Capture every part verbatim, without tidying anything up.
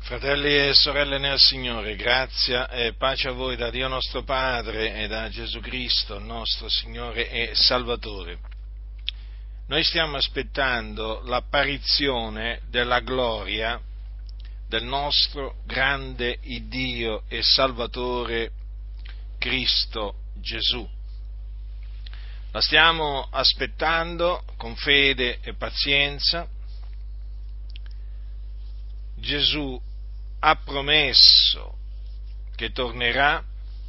Fratelli e sorelle nel Signore, grazia e pace a voi da Dio nostro Padre e da Gesù Cristo, il nostro Signore e Salvatore. Noi stiamo aspettando l'apparizione della gloria del nostro grande Iddio e Salvatore Cristo Gesù. La stiamo aspettando con fede e pazienza. Gesù ha promesso che tornerà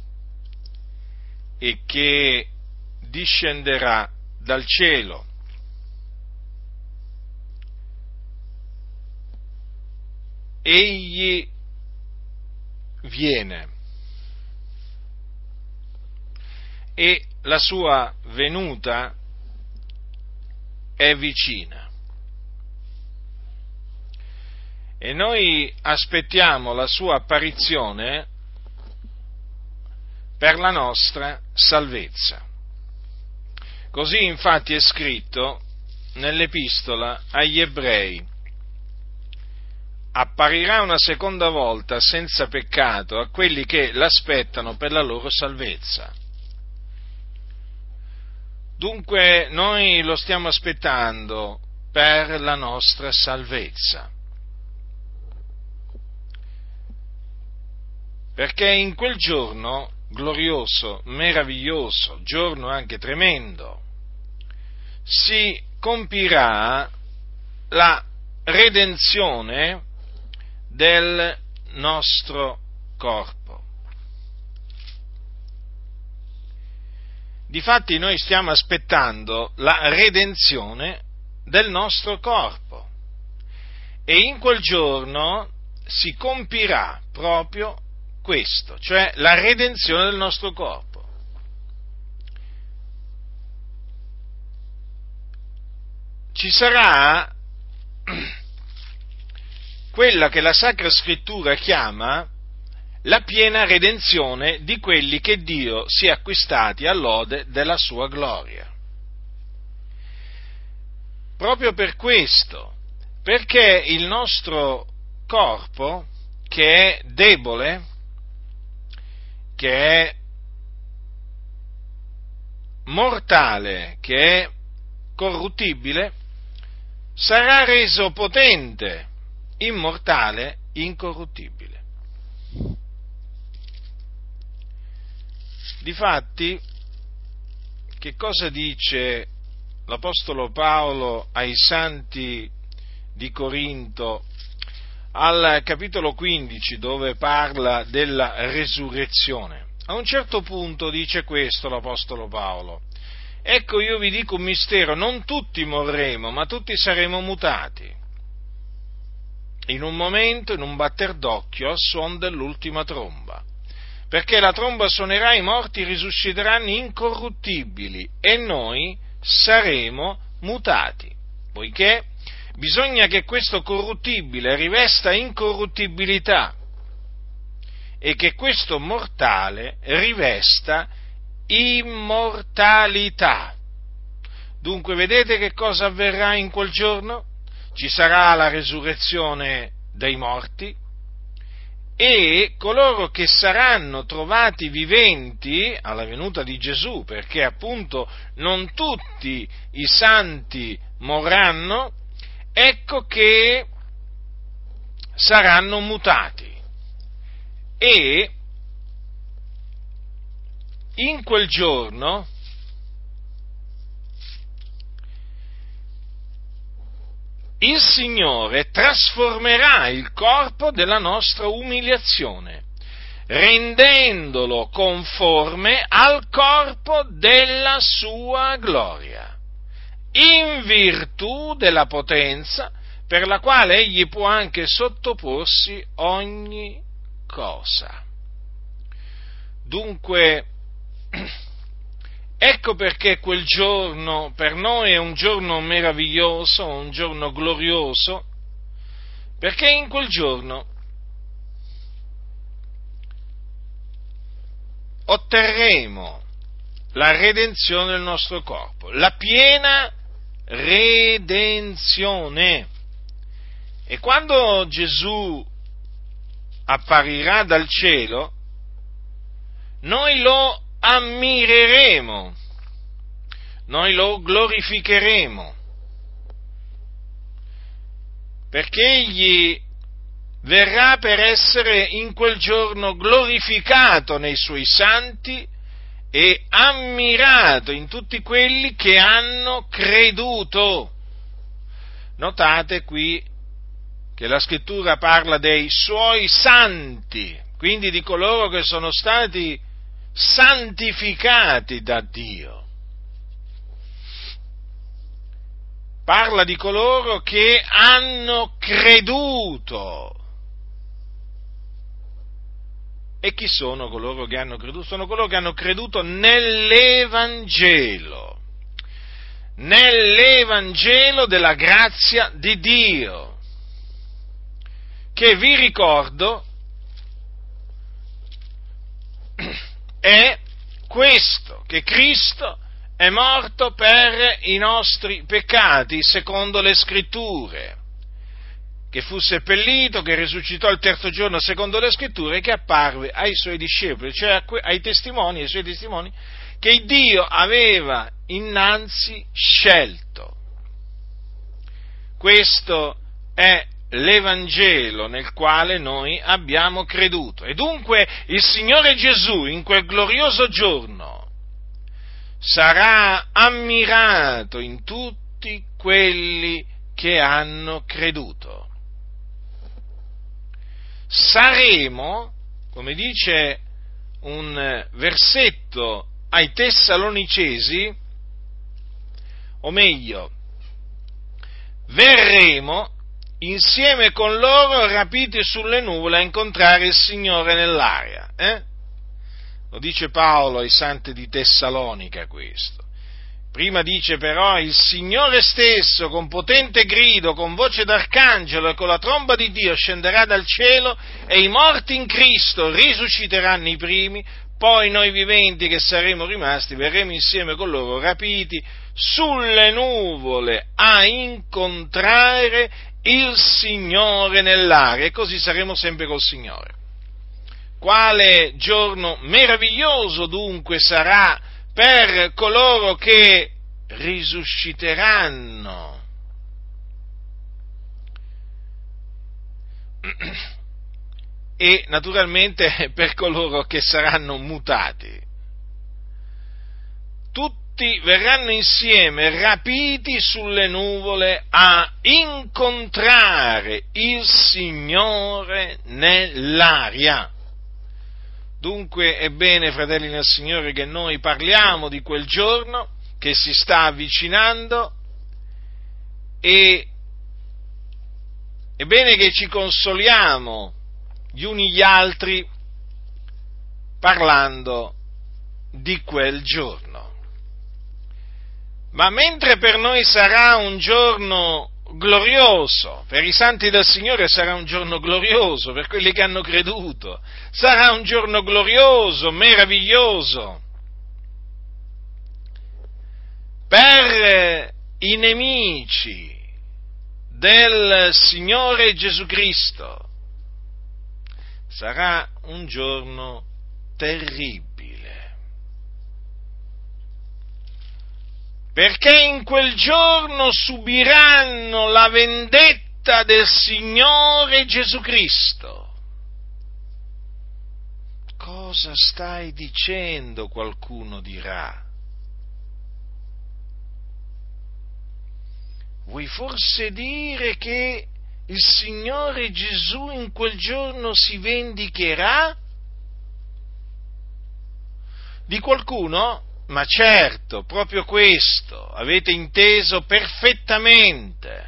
e che discenderà dal cielo. Egli viene e la sua venuta è vicina. E noi aspettiamo la sua apparizione per la nostra salvezza. Così infatti è scritto nell'Epistola agli Ebrei: apparirà una seconda volta senza peccato a quelli che l'aspettano per la loro salvezza. Dunque noi lo stiamo aspettando per la nostra salvezza. Perché in quel giorno glorioso, meraviglioso, giorno anche tremendo, si compirà la redenzione del nostro corpo. Difatti noi stiamo aspettando la redenzione del nostro corpo e in quel giorno si compirà proprio questo, cioè la redenzione del nostro corpo. Ci sarà quella che la Sacra Scrittura chiama la piena redenzione di quelli che Dio si è acquistati all'ode della sua gloria. Proprio per questo, perché il nostro corpo, che è debole, che è mortale, che è corruttibile, sarà reso potente, immortale, incorruttibile. Difatti, che cosa dice l'Apostolo Paolo ai santi di Corinto al capitolo quindici, dove parla della resurrezione? A un certo punto dice questo l'Apostolo Paolo: ecco, io vi dico un mistero, non tutti morremo, ma tutti saremo mutati. In un momento, in un batter d'occhio, al suon dell'ultima tromba. Perché la tromba suonerà, i morti risusciteranno incorruttibili e noi saremo mutati. Poiché bisogna che questo corruttibile rivesta incorruttibilità e che questo mortale rivesta immortalità. Dunque, vedete che cosa avverrà in quel giorno? Ci sarà la resurrezione dei morti e coloro che saranno trovati viventi alla venuta di Gesù, perché appunto non tutti i santi morranno, ecco che saranno mutati e in quel giorno il Signore trasformerà il corpo della nostra umiliazione, rendendolo conforme al corpo della sua gloria, in virtù della potenza per la quale egli può anche sottoporsi ogni cosa. Dunque, ecco perché quel giorno per noi è un giorno meraviglioso, un giorno glorioso, perché in quel giorno otterremo la redenzione del nostro corpo, la piena redenzione. E quando Gesù apparirà dal cielo, noi lo ammireremo, noi lo glorificheremo, perché egli verrà per essere in quel giorno glorificato nei suoi santi e ammirato in tutti quelli che hanno creduto. Notate qui che la Scrittura parla dei suoi santi, quindi di coloro che sono stati santificati da Dio. Parla di coloro che hanno creduto. E chi sono coloro che hanno creduto? Sono coloro che hanno creduto nell'Evangelo, nell'Evangelo della grazia di Dio, che vi ricordo è questo, che Cristo è morto per i nostri peccati, secondo le Scritture, che fu seppellito, che risuscitò il terzo giorno secondo le Scritture e che apparve ai suoi discepoli, cioè ai testimoni, ai suoi testimoni, che Dio aveva innanzi scelto. Questo è l'Evangelo nel quale noi abbiamo creduto. E dunque il Signore Gesù in quel glorioso giorno sarà ammirato in tutti quelli che hanno creduto. Saremo, come dice un versetto ai Tessalonicesi, o meglio, verremo insieme con loro rapiti sulle nuvole a incontrare il Signore nell'aria. Eh? Lo dice Paolo ai santi di Tessalonica questo. Prima dice però il Signore stesso con potente grido, con voce d'arcangelo e con la tromba di Dio scenderà dal cielo e i morti in Cristo risusciteranno i primi, poi noi viventi che saremo rimasti verremo insieme con loro rapiti sulle nuvole a incontrare il Signore nell'aria e così saremo sempre col Signore. Quale giorno meraviglioso dunque sarà per coloro che risusciteranno. E naturalmente per coloro che saranno mutati. Tutti verranno insieme rapiti sulle nuvole a incontrare il Signore nell'aria. Dunque è bene, fratelli nel Signore, che noi parliamo di quel giorno che si sta avvicinando e è bene che ci consoliamo gli uni gli altri parlando di quel giorno. Ma mentre per noi sarà un giorno glorioso, per i santi del Signore sarà un giorno glorioso, per quelli che hanno creduto, sarà un giorno glorioso, meraviglioso. Per i nemici del Signore Gesù Cristo sarà un giorno terribile. Perché in quel giorno subiranno la vendetta del Signore Gesù Cristo. Cosa stai dicendo? Qualcuno dirà. Vuoi forse dire che il Signore Gesù in quel giorno si vendicherà di qualcuno? Ma certo, proprio questo, avete inteso perfettamente,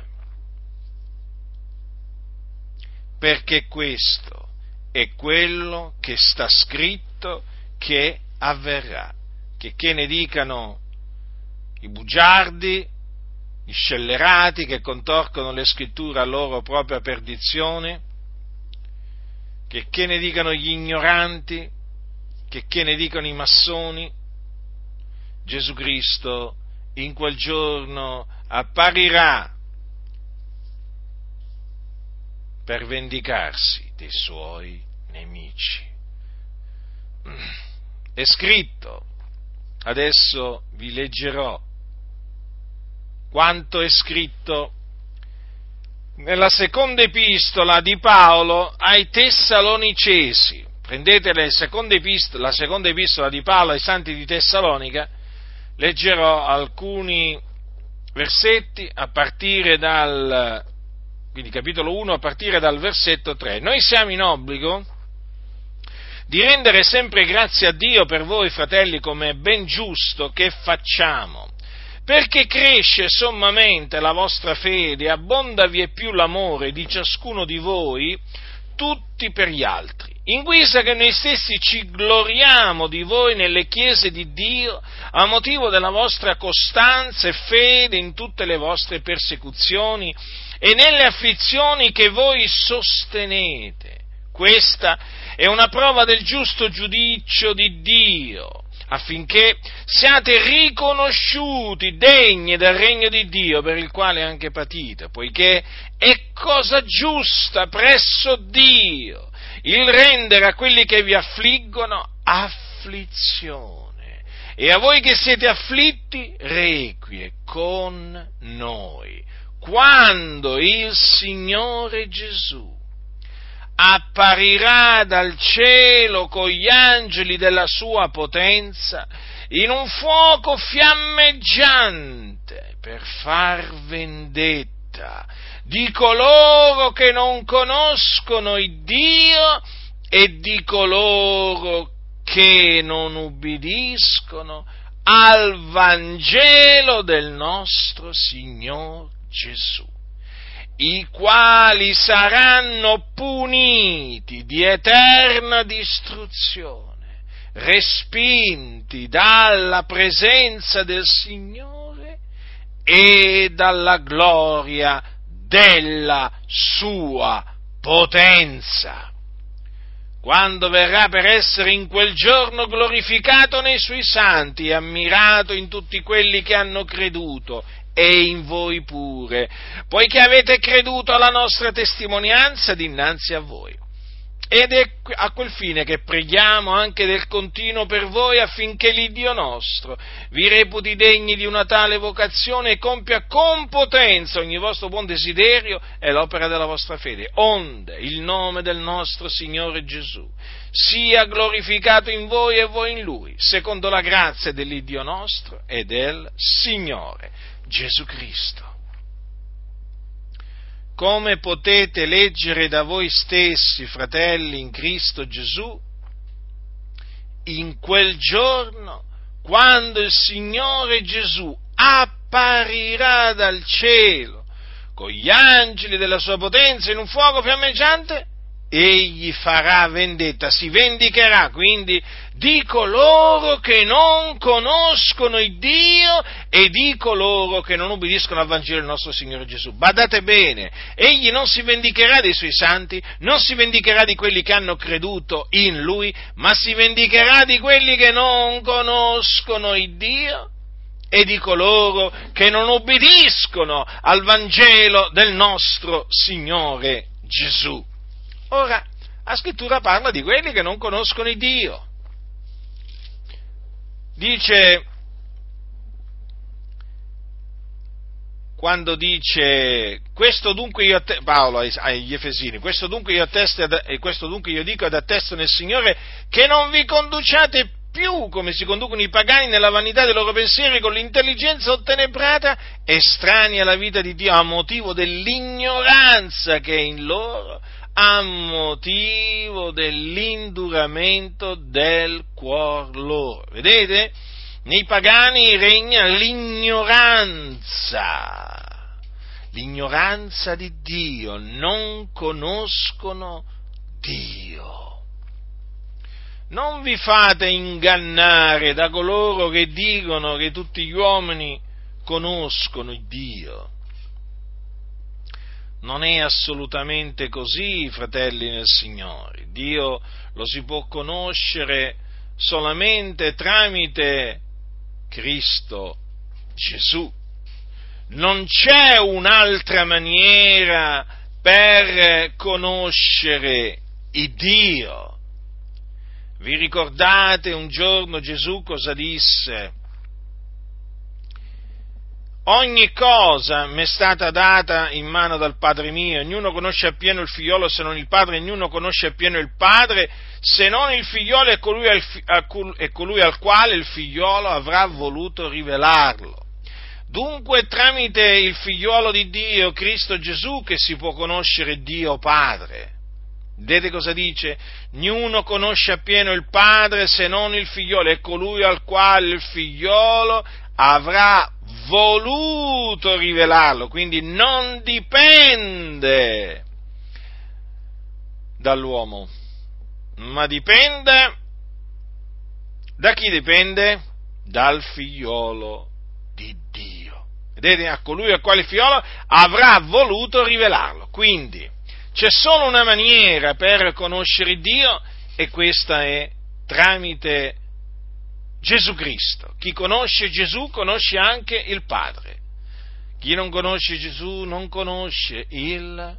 perché questo è quello che sta scritto che avverrà, che, che ne dicano i bugiardi, gli scellerati che contorcono le scritture a loro propria perdizione, che, che ne dicano gli ignoranti, che, che ne dicano i massoni. Gesù Cristo in quel giorno apparirà per vendicarsi dei suoi nemici. È scritto, adesso vi leggerò quanto è scritto nella seconda epistola di Paolo ai Tessalonicesi. Prendete la seconda epistola, la seconda epistola di Paolo ai Santi di Tessalonica, leggerò alcuni versetti a partire dal, quindi capitolo uno a partire dal versetto tre. Noi siamo in obbligo di rendere sempre grazie a Dio per voi, fratelli, come è ben giusto che facciamo, perché cresce sommamente la vostra fede e abbonda vieppiù l'amore di ciascuno di voi, tutti per gli altri, in guisa che noi stessi ci gloriamo di voi nelle chiese di Dio a motivo della vostra costanza e fede in tutte le vostre persecuzioni e nelle afflizioni che voi sostenete. Questa è una prova del giusto giudizio di Dio, affinché siate riconosciuti degni del regno di Dio per il quale anche patite, poiché è cosa giusta presso Dio il rendere a quelli che vi affliggono afflizione, e a voi che siete afflitti requie con noi, quando il Signore Gesù apparirà dal cielo con gli angeli della sua potenza in un fuoco fiammeggiante per far vendetta di coloro che non conoscono il Dio e di coloro che non ubbidiscono al Vangelo del nostro Signor Gesù, i quali saranno puniti di eterna distruzione, respinti dalla presenza del Signore e dalla gloria della sua potenza, quando verrà per essere in quel giorno glorificato nei suoi santi e ammirato in tutti quelli che hanno creduto, e in voi pure, poiché avete creduto alla nostra testimonianza dinanzi a voi. Ed è a quel fine che preghiamo anche del continuo per voi, affinché l'Iddio nostro vi reputi degni di una tale vocazione e compia con potenza ogni vostro buon desiderio e l'opera della vostra fede, onde il nome del nostro Signore Gesù sia glorificato in voi e voi in Lui, secondo la grazia dell'Iddio nostro e del Signore Gesù Cristo. Come potete leggere da voi stessi, fratelli in Cristo Gesù, in quel giorno, quando il Signore Gesù apparirà dal cielo con gli angeli della sua potenza in un fuoco fiammeggiante, egli farà vendetta, si vendicherà quindi di coloro che non conoscono il Dio e di coloro che non ubbidiscono al Vangelo del nostro Signore Gesù. Badate bene, egli non si vendicherà dei suoi santi, non si vendicherà di quelli che hanno creduto in Lui, ma si vendicherà di quelli che non conoscono il Dio e di coloro che non ubbidiscono al Vangelo del nostro Signore Gesù. Ora, la Scrittura parla di quelli che non conoscono il Dio. Dice, quando dice, questo dunque io attesto, Paolo agli Efesini, questo dunque io attesto e questo dunque io dico ed attesto nel Signore, che non vi conduciate più come si conducono i pagani nella vanità dei loro pensieri, con l'intelligenza ottenebrata, estranei alla vita di Dio, a motivo dell'ignoranza che è in loro, a motivo dell'induramento del cuor loro. Vedete? Nei pagani regna l'ignoranza, l'ignoranza di Dio, non conoscono Dio. Non vi fate ingannare da coloro che dicono che tutti gli uomini conoscono Dio. Non è assolutamente così, fratelli nel Signore. Dio lo si può conoscere solamente tramite Cristo Gesù. Non c'è un'altra maniera per conoscere Iddio. Vi ricordate un giorno Gesù cosa disse? Ogni cosa mi è stata data in mano dal Padre mio, ognuno conosce appieno il figliolo se non il Padre, ognuno conosce appieno il Padre se non il figliolo e colui al, e colui al quale il figliolo avrà voluto rivelarlo. Dunque tramite il figliolo di Dio, Cristo Gesù, che si può conoscere Dio Padre. Vedete cosa dice? Ognuno conosce appieno il Padre se non il figliolo e colui al quale il figliolo avrà voluto rivelarlo, quindi non dipende dall'uomo, ma dipende da chi dipende? Dal figliolo di Dio. Vedete? A colui al quale il figliolo avrà voluto rivelarlo. Quindi c'è solo una maniera per conoscere Dio e questa è tramite Gesù Cristo. Chi conosce Gesù conosce anche il Padre. Chi non conosce Gesù non conosce il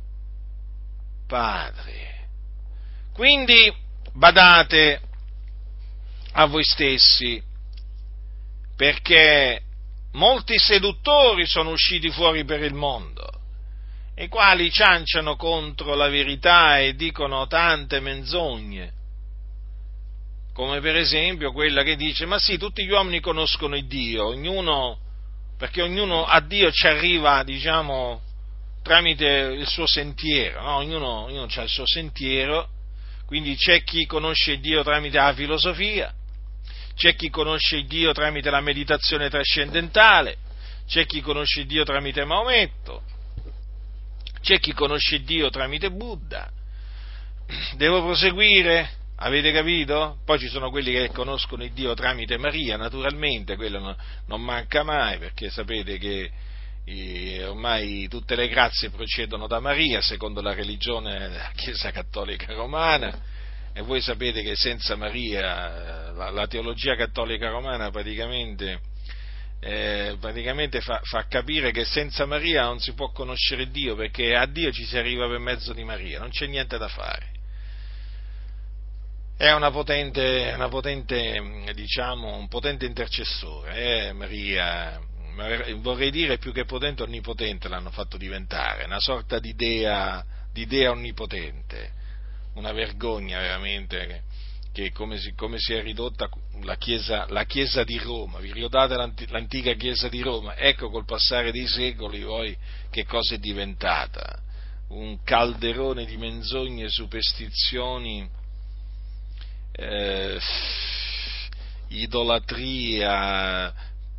Padre. Quindi badate a voi stessi, perché molti seduttori sono usciti fuori per il mondo, i quali cianciano contro la verità e dicono tante menzogne, come per esempio quella che dice: ma sì, tutti gli uomini conoscono il Dio, ognuno, perché ognuno a Dio ci arriva, diciamo, tramite il suo sentiero, no? Ognuno, ognuno ha il suo sentiero, quindi c'è chi conosce Dio tramite la filosofia, c'è chi conosce Dio tramite la meditazione trascendentale, c'è chi conosce Dio tramite Maometto, c'è chi conosce Dio tramite Buddha. Devo proseguire? Avete capito? Poi ci sono quelli che conoscono il Dio tramite Maria, naturalmente, quello non, non manca mai, perché sapete che eh, ormai tutte le grazie procedono da Maria, secondo la religione della Chiesa Cattolica Romana, e voi sapete che senza Maria la, la teologia cattolica romana praticamente, eh, praticamente fa, fa capire che senza Maria non si può conoscere Dio, perché a Dio ci si arriva per mezzo di Maria, non c'è niente da fare. È una potente, una potente, diciamo, un potente intercessore, eh, Maria, vorrei dire più che potente, onnipotente l'hanno fatto diventare, una sorta di dea, di dea onnipotente, una vergogna veramente, che, che come, si, come si è ridotta la chiesa, la chiesa di Roma. Vi ricordate l'antica chiesa di Roma? Ecco, col passare dei secoli poi che cosa è diventata? Un calderone di menzogne e superstizioni, Eh, idolatria,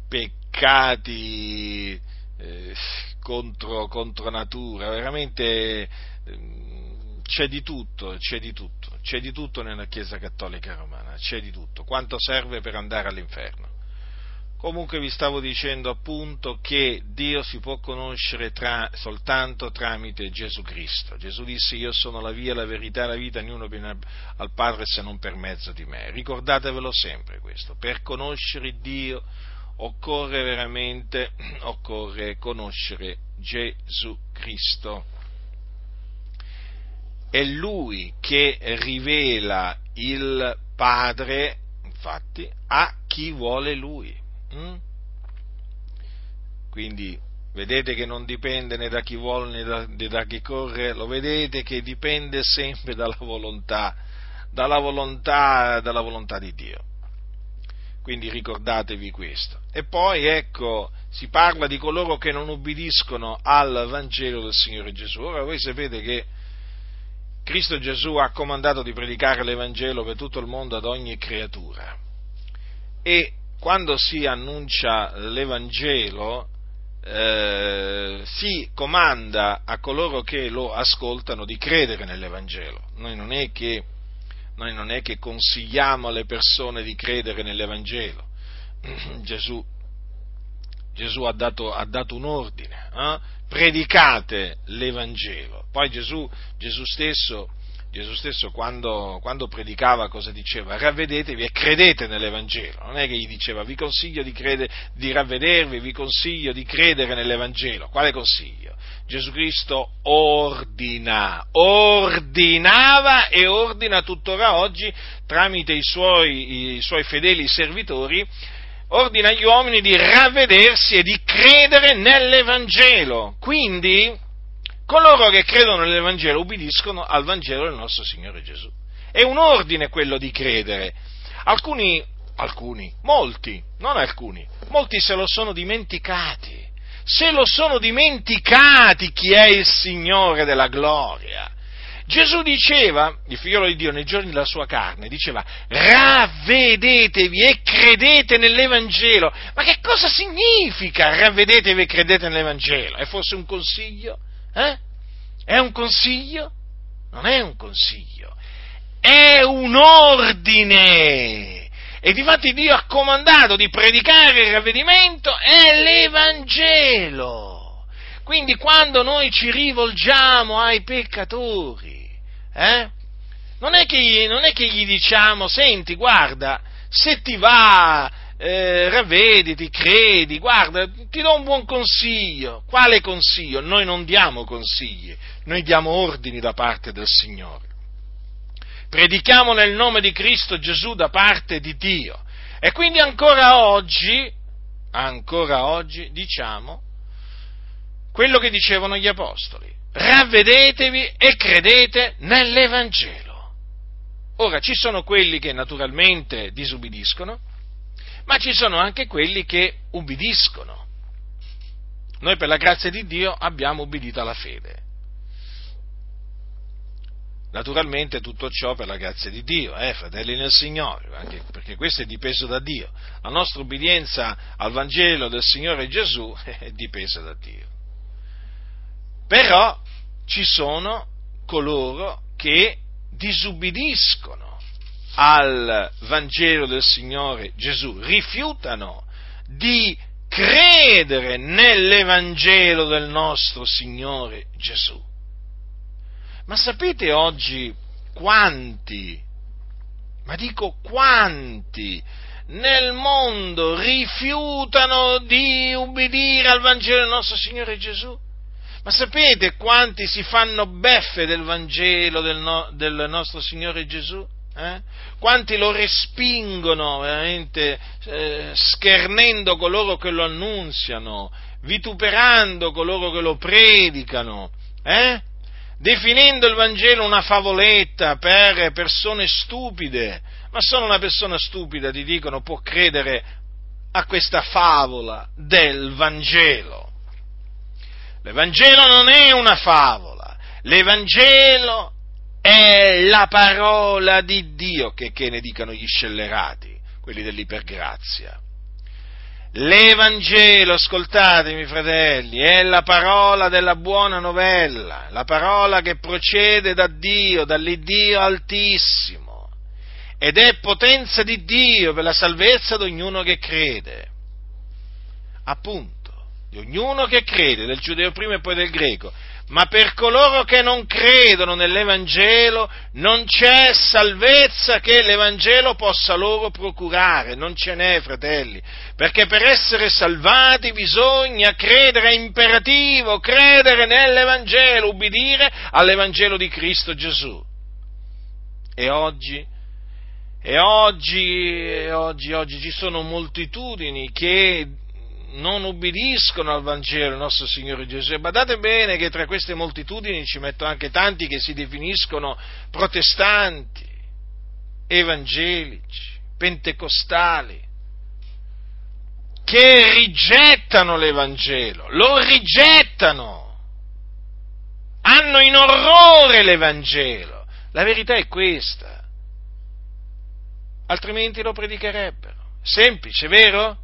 peccati eh, contro, contro natura, veramente eh, c'è di tutto, c'è di tutto, c'è di tutto nella Chiesa Cattolica Romana, c'è di tutto, quanto serve per andare all'inferno. Comunque vi stavo dicendo appunto che Dio si può conoscere tra, soltanto tramite Gesù Cristo. Gesù disse: io sono la via, la verità e la vita, ognuno viene al Padre se non per mezzo di me. Ricordatevelo sempre questo, per conoscere Dio occorre veramente, occorre conoscere Gesù Cristo. È Lui che rivela il Padre, infatti, a chi vuole Lui. Quindi vedete che non dipende né da chi vuole né da, né da chi corre, lo vedete che dipende sempre dalla volontà, dalla volontà, dalla volontà di Dio. Quindi ricordatevi questo. E poi ecco, si parla di coloro che non ubbidiscono al Vangelo del Signore Gesù. Ora voi sapete che Cristo Gesù ha comandato di predicare l'Evangelo per tutto il mondo ad ogni creatura. E quando si annuncia l'Evangelo, eh, si comanda a coloro che lo ascoltano di credere nell'Evangelo. Noi non è che, noi non è che consigliamo alle persone di credere nell'Evangelo. Gesù, Gesù ha dato, ha dato un ordine, eh? Predicate l'Evangelo. Poi Gesù, Gesù stesso Gesù stesso quando, quando predicava cosa diceva? Ravvedetevi e credete nell'Evangelo. Non è che gli diceva vi consiglio di, crede, di ravvedervi, vi consiglio di credere nell'Evangelo. Quale consiglio? Gesù Cristo ordina, ordinava e ordina tuttora oggi tramite i suoi, i suoi fedeli servitori, ordina agli uomini di ravvedersi e di credere nell'Evangelo. Quindi coloro che credono nell'Evangelo ubbidiscono al Vangelo del nostro Signore Gesù. È un ordine quello di credere. Alcuni, alcuni, molti, non alcuni, molti se lo sono dimenticati. Se lo sono dimenticati chi è il Signore della gloria. Gesù diceva, il figliolo di Dio nei giorni della sua carne, diceva ravvedetevi e credete nell'Evangelo. Ma che cosa significa ravvedetevi e credete nell'Evangelo? È forse un consiglio? Eh? È un consiglio? Non è un consiglio, è un ordine. E difatti Dio ha comandato di predicare il ravvedimento e l'Evangelo. Quindi quando noi ci rivolgiamo ai peccatori, eh, non è che gli, non è che gli diciamo, senti, guarda, se ti va, eh, ravvediti, credi, guarda, ti do un buon consiglio. Quale consiglio? Noi non diamo consigli, noi diamo ordini da parte del Signore. Predichiamo nel nome di Cristo Gesù da parte di Dio. E quindi ancora oggi, ancora oggi, diciamo quello che dicevano gli Apostoli. Ravvedetevi e credete nell'Evangelo. Ora, ci sono quelli che naturalmente disubbidiscono, ma ci sono anche quelli che ubbidiscono. Noi per la grazia di Dio abbiamo ubbidito alla fede. Naturalmente tutto ciò per la grazia di Dio, eh, fratelli nel Signore, anche perché questo è dipeso da Dio. La nostra ubbidienza al Vangelo del Signore Gesù è dipesa da Dio. Però ci sono coloro che disubbidiscono al Vangelo del Signore Gesù, rifiutano di credere nell'Evangelo del nostro Signore Gesù. Ma sapete oggi quanti, ma dico quanti, nel mondo rifiutano di ubbidire al Vangelo del nostro Signore Gesù? Ma sapete quanti si fanno beffe del Vangelo del, no, del nostro Signore Gesù? Eh? Quanti lo respingono veramente eh, schernendo coloro che lo annunziano, vituperando coloro che lo predicano, eh? definendo il Vangelo una favoletta per persone stupide. Ma solo una persona stupida, ti dicono, può credere a questa favola del Vangelo. L'Evangelo non è una favola, l'Evangelo è la parola di Dio, che, che ne dicano gli scellerati, quelli dell'ipergrazia. L'Evangelo, ascoltatemi fratelli, è la parola della buona novella, la parola che procede da Dio, dall'Iddio Altissimo, ed è potenza di Dio per la salvezza di ognuno che crede. Appunto. Di ognuno che crede, del giudeo prima e poi del greco, ma per coloro che non credono nell'Evangelo non c'è salvezza che l'Evangelo possa loro procurare, non ce n'è, fratelli, perché per essere salvati bisogna credere, è imperativo credere nell'Evangelo, ubbidire all'Evangelo di Cristo Gesù. E oggi, e oggi, e oggi, oggi ci sono moltitudini che non ubbidiscono al Vangelo del nostro Signore Gesù, e badate bene che tra queste moltitudini ci metto anche tanti che si definiscono protestanti, evangelici, pentecostali, che rigettano l'Evangelo, lo rigettano, hanno in orrore l'Evangelo. La verità è questa, altrimenti lo predicherebbero. Semplice, vero?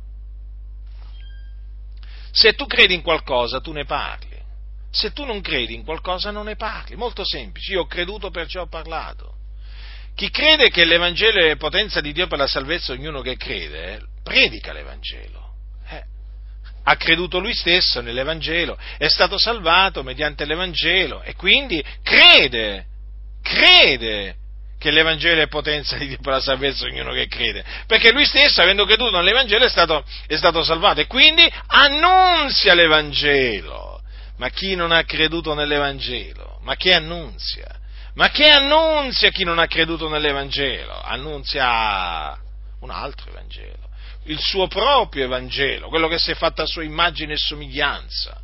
Se tu credi in qualcosa, tu ne parli. Se tu non credi in qualcosa, non ne parli. Molto semplice. Io ho creduto, perciò ho parlato. Chi crede che l'Evangelo è potenza di Dio per la salvezza di ognuno che crede, eh, predica l'Evangelo. Eh. Ha creduto lui stesso nell'Evangelo, è stato salvato mediante l'Evangelo e quindi crede crede che l'Evangelo è potenza di Dio per la salvezza di ognuno che crede, perché lui stesso, avendo creduto nell'Evangelo, è stato, è stato salvato, e quindi annunzia l'Evangelo. Ma chi non ha creduto nell'Evangelo? Ma che annunzia? Ma che annunzia chi non ha creduto nell'Evangelo? Annunzia un altro Evangelo, il suo proprio Evangelo, quello che si è fatto a sua immagine e somiglianza.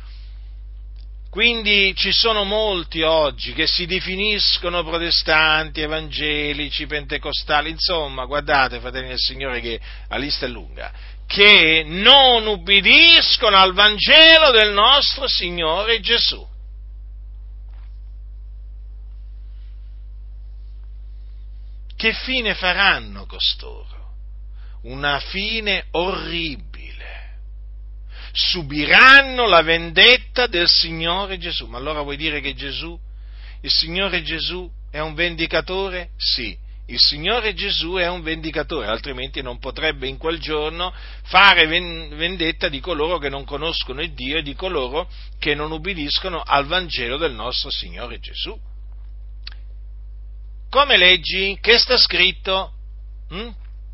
Quindi ci sono molti oggi che si definiscono protestanti, evangelici, pentecostali, insomma, guardate, fratelli del Signore, che la lista è lunga, che non ubbidiscono al Vangelo del nostro Signore Gesù. Che fine faranno costoro? Una fine orribile. Subiranno la vendetta del Signore Gesù. Ma allora vuoi dire che Gesù, il Signore Gesù, è un vendicatore? Sì, il Signore Gesù è un vendicatore, altrimenti non potrebbe in quel giorno fare vendetta di coloro che non conoscono il Dio e di coloro che non ubbidiscono al Vangelo del nostro Signore Gesù. Come leggi? Che sta scritto? Hm?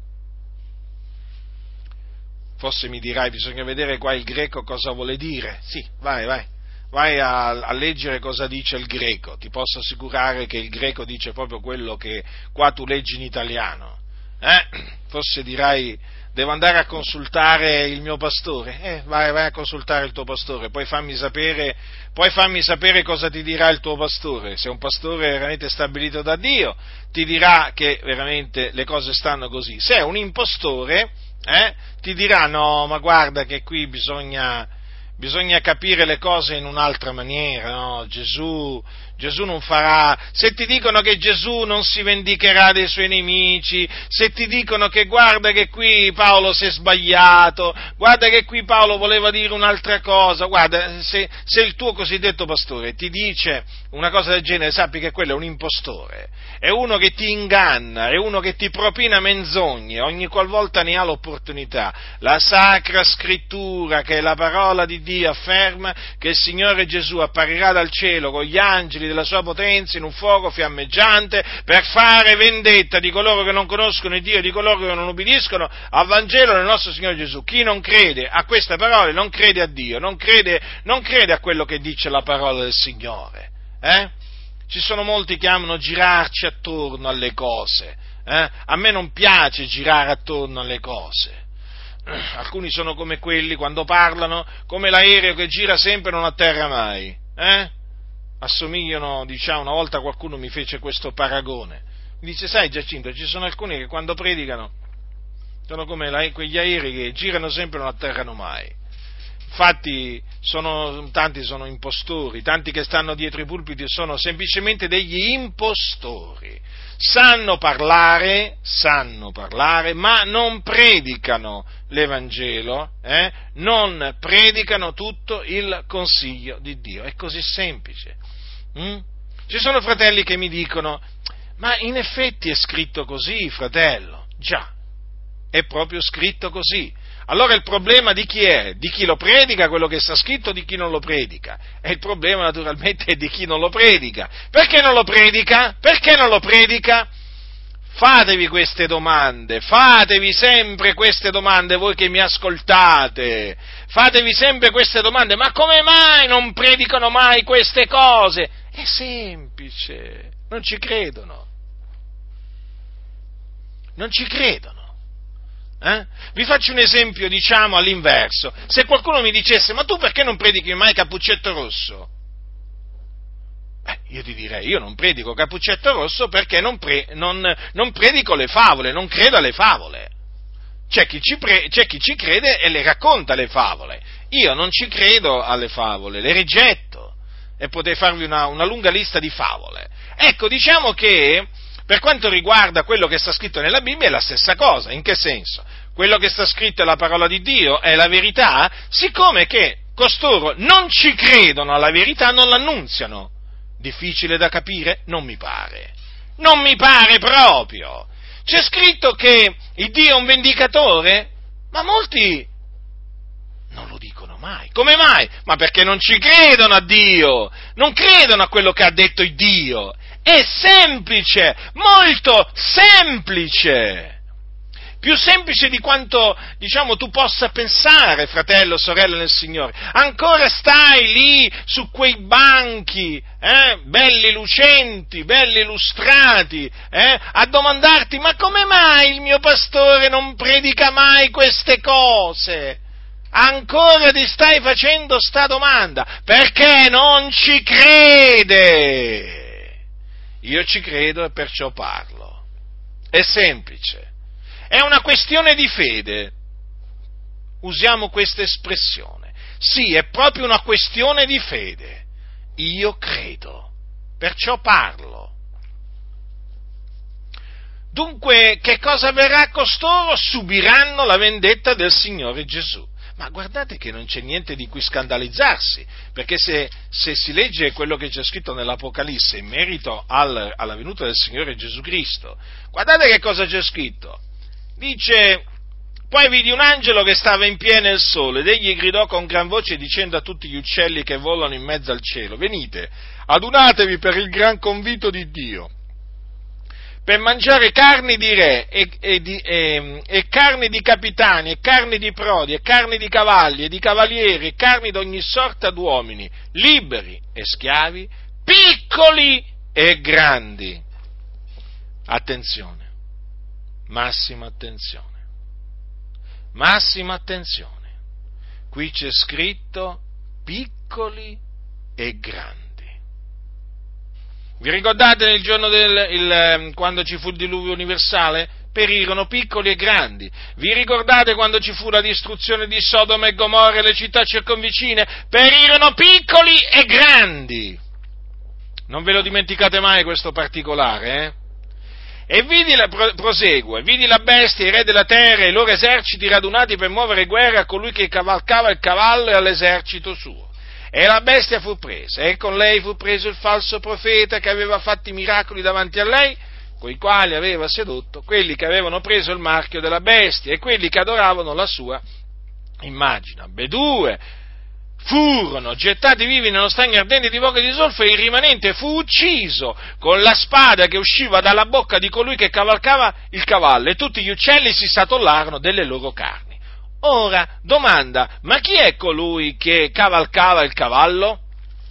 Forse mi dirai, bisogna vedere qua il greco cosa vuole dire. Sì, vai, vai, vai a, a leggere cosa dice il greco. Ti posso assicurare che il greco dice proprio quello che qua tu leggi in italiano. Eh? Forse dirai, devo andare a consultare il mio pastore. Eh, vai, vai a consultare il tuo pastore, poi fammi sapere, poi fammi sapere cosa ti dirà il tuo pastore. Se è un pastore veramente stabilito da Dio, ti dirà che veramente le cose stanno così. Se è un impostore, Eh? ti dirà no, ma guarda che qui bisogna, bisogna capire le cose in un'altra maniera, no? Gesù, Gesù non farà, se ti dicono che Gesù non si vendicherà dei suoi nemici, se ti dicono che guarda che qui Paolo si è sbagliato, guarda che qui Paolo voleva dire un'altra cosa, guarda, se, se il tuo cosiddetto pastore ti dice una cosa del genere, sappi che quello è un impostore, è uno che ti inganna, è uno che ti propina menzogne ogni qualvolta ne ha l'opportunità. La Sacra Scrittura, che è la parola di Dio, afferma che il Signore Gesù apparirà dal cielo con gli angeli della sua potenza in un fuoco fiammeggiante per fare vendetta di coloro che non conoscono il Dio e di coloro che non ubbidiscono al Vangelo del nostro Signore Gesù. Chi non crede a queste parole non crede a Dio, non crede, non crede a quello che dice la parola del Signore. Eh? Ci sono molti che amano girarci attorno alle cose. Eh? A me non piace girare attorno alle cose. Alcuni sono come quelli quando parlano, come l'aereo che gira sempre e non atterra mai. Eh? Assomigliano, diciamo, una volta qualcuno mi fece questo paragone. Mi dice, sai Giacinto, ci sono alcuni che quando predicano sono come la, quegli aerei che girano sempre e non atterrano mai. Infatti sono, tanti sono impostori, tanti che stanno dietro i pulpiti sono semplicemente degli impostori. Sanno parlare, sanno parlare, ma non predicano l'Evangelo, eh? non predicano tutto il consiglio di Dio. È così semplice. Mm? Ci sono fratelli che mi dicono, ma in effetti è scritto così, fratello. Già, è proprio scritto così. Allora il problema di chi è? Di chi lo predica quello che sta scritto, di chi non lo predica? E il problema naturalmente è di chi non lo predica. Perché non lo predica? Perché non lo predica? Fatevi queste domande, fatevi sempre queste domande voi che mi ascoltate, fatevi sempre queste domande, ma come mai non predicano mai queste cose? È semplice, non ci credono, non ci credono. Eh? Vi faccio un esempio, diciamo, all'inverso. Se qualcuno mi dicesse, ma tu perché non predichi mai Cappuccetto Rosso? Eh, io ti direi, io non predico Cappuccetto Rosso perché non, pre, non, non predico le favole, non credo alle favole. C'è chi, ci pre, c'è chi ci crede e le racconta le favole. Io non ci credo alle favole, le rigetto. E potrei farvi una, una lunga lista di favole. Ecco, diciamo che per quanto riguarda quello che sta scritto nella Bibbia è la stessa cosa. In che senso? Quello che sta scritto è la parola di Dio, è la verità, siccome che costoro non ci credono alla verità, non l'annunziano. Difficile da capire? Non mi pare. Non mi pare proprio. C'è scritto che il Dio è un vendicatore, ma molti non lo dicono mai. Come mai? Ma perché non ci credono a Dio, non credono a quello che ha detto il Dio. è semplice, molto semplice. Più semplice di quanto, diciamo, tu possa pensare, fratello, sorella nel Signore. Ancora stai lì su quei banchi, eh, belli lucenti, belli lustrati, eh, a domandarti: ma come mai il mio pastore non predica mai queste cose? Ancora ti stai facendo sta domanda, perché non ci crede. Io ci credo e perciò parlo. È semplice. È una questione di fede, usiamo questa espressione. Sì, è proprio una questione di fede. Io credo, perciò parlo. Dunque, che cosa avverrà a costoro? Subiranno la vendetta del Signore Gesù. Ma guardate che non c'è niente di cui scandalizzarsi, perché se, se si legge quello che c'è scritto nell'Apocalisse in merito al, alla venuta del Signore Gesù Cristo, guardate che cosa c'è scritto. Dice: poi vidi un angelo che stava in pieno il sole, ed egli gridò con gran voce dicendo a tutti gli uccelli che volano in mezzo al cielo: venite, adunatevi per il gran convito di Dio, per mangiare carni di re, e, e, di, e, e carni di capitani, e carni di prodi, e carni di cavalli, e di cavalieri, e carni di ogni sorta d'uomini, liberi e schiavi, piccoli e grandi. Attenzione. Massima attenzione, massima attenzione, qui c'è scritto piccoli e grandi. Vi ricordate nel giorno del, il, quando ci fu il diluvio universale? Perirono piccoli e grandi. Vi ricordate quando ci fu la distruzione di Sodoma e Gomorra e le città circonvicine? Perirono piccoli e grandi. Non ve lo dimenticate mai questo particolare, eh? E vidi la, prosegue, vidi la bestia, i re della terra e i loro eserciti radunati per muovere guerra a colui che cavalcava il cavallo e all'esercito suo. E la bestia fu presa, e con lei fu preso il falso profeta che aveva fatto i miracoli davanti a lei, coi quali aveva sedotto quelli che avevano preso il marchio della bestia e quelli che adoravano la sua immagine. Ambedue furono gettati vivi nello stagno ardente di fuoco e di zolfo, e il rimanente fu ucciso con la spada che usciva dalla bocca di colui che cavalcava il cavallo, e tutti gli uccelli si satollarono delle loro carni. Ora, domanda, ma chi è colui che cavalcava il cavallo?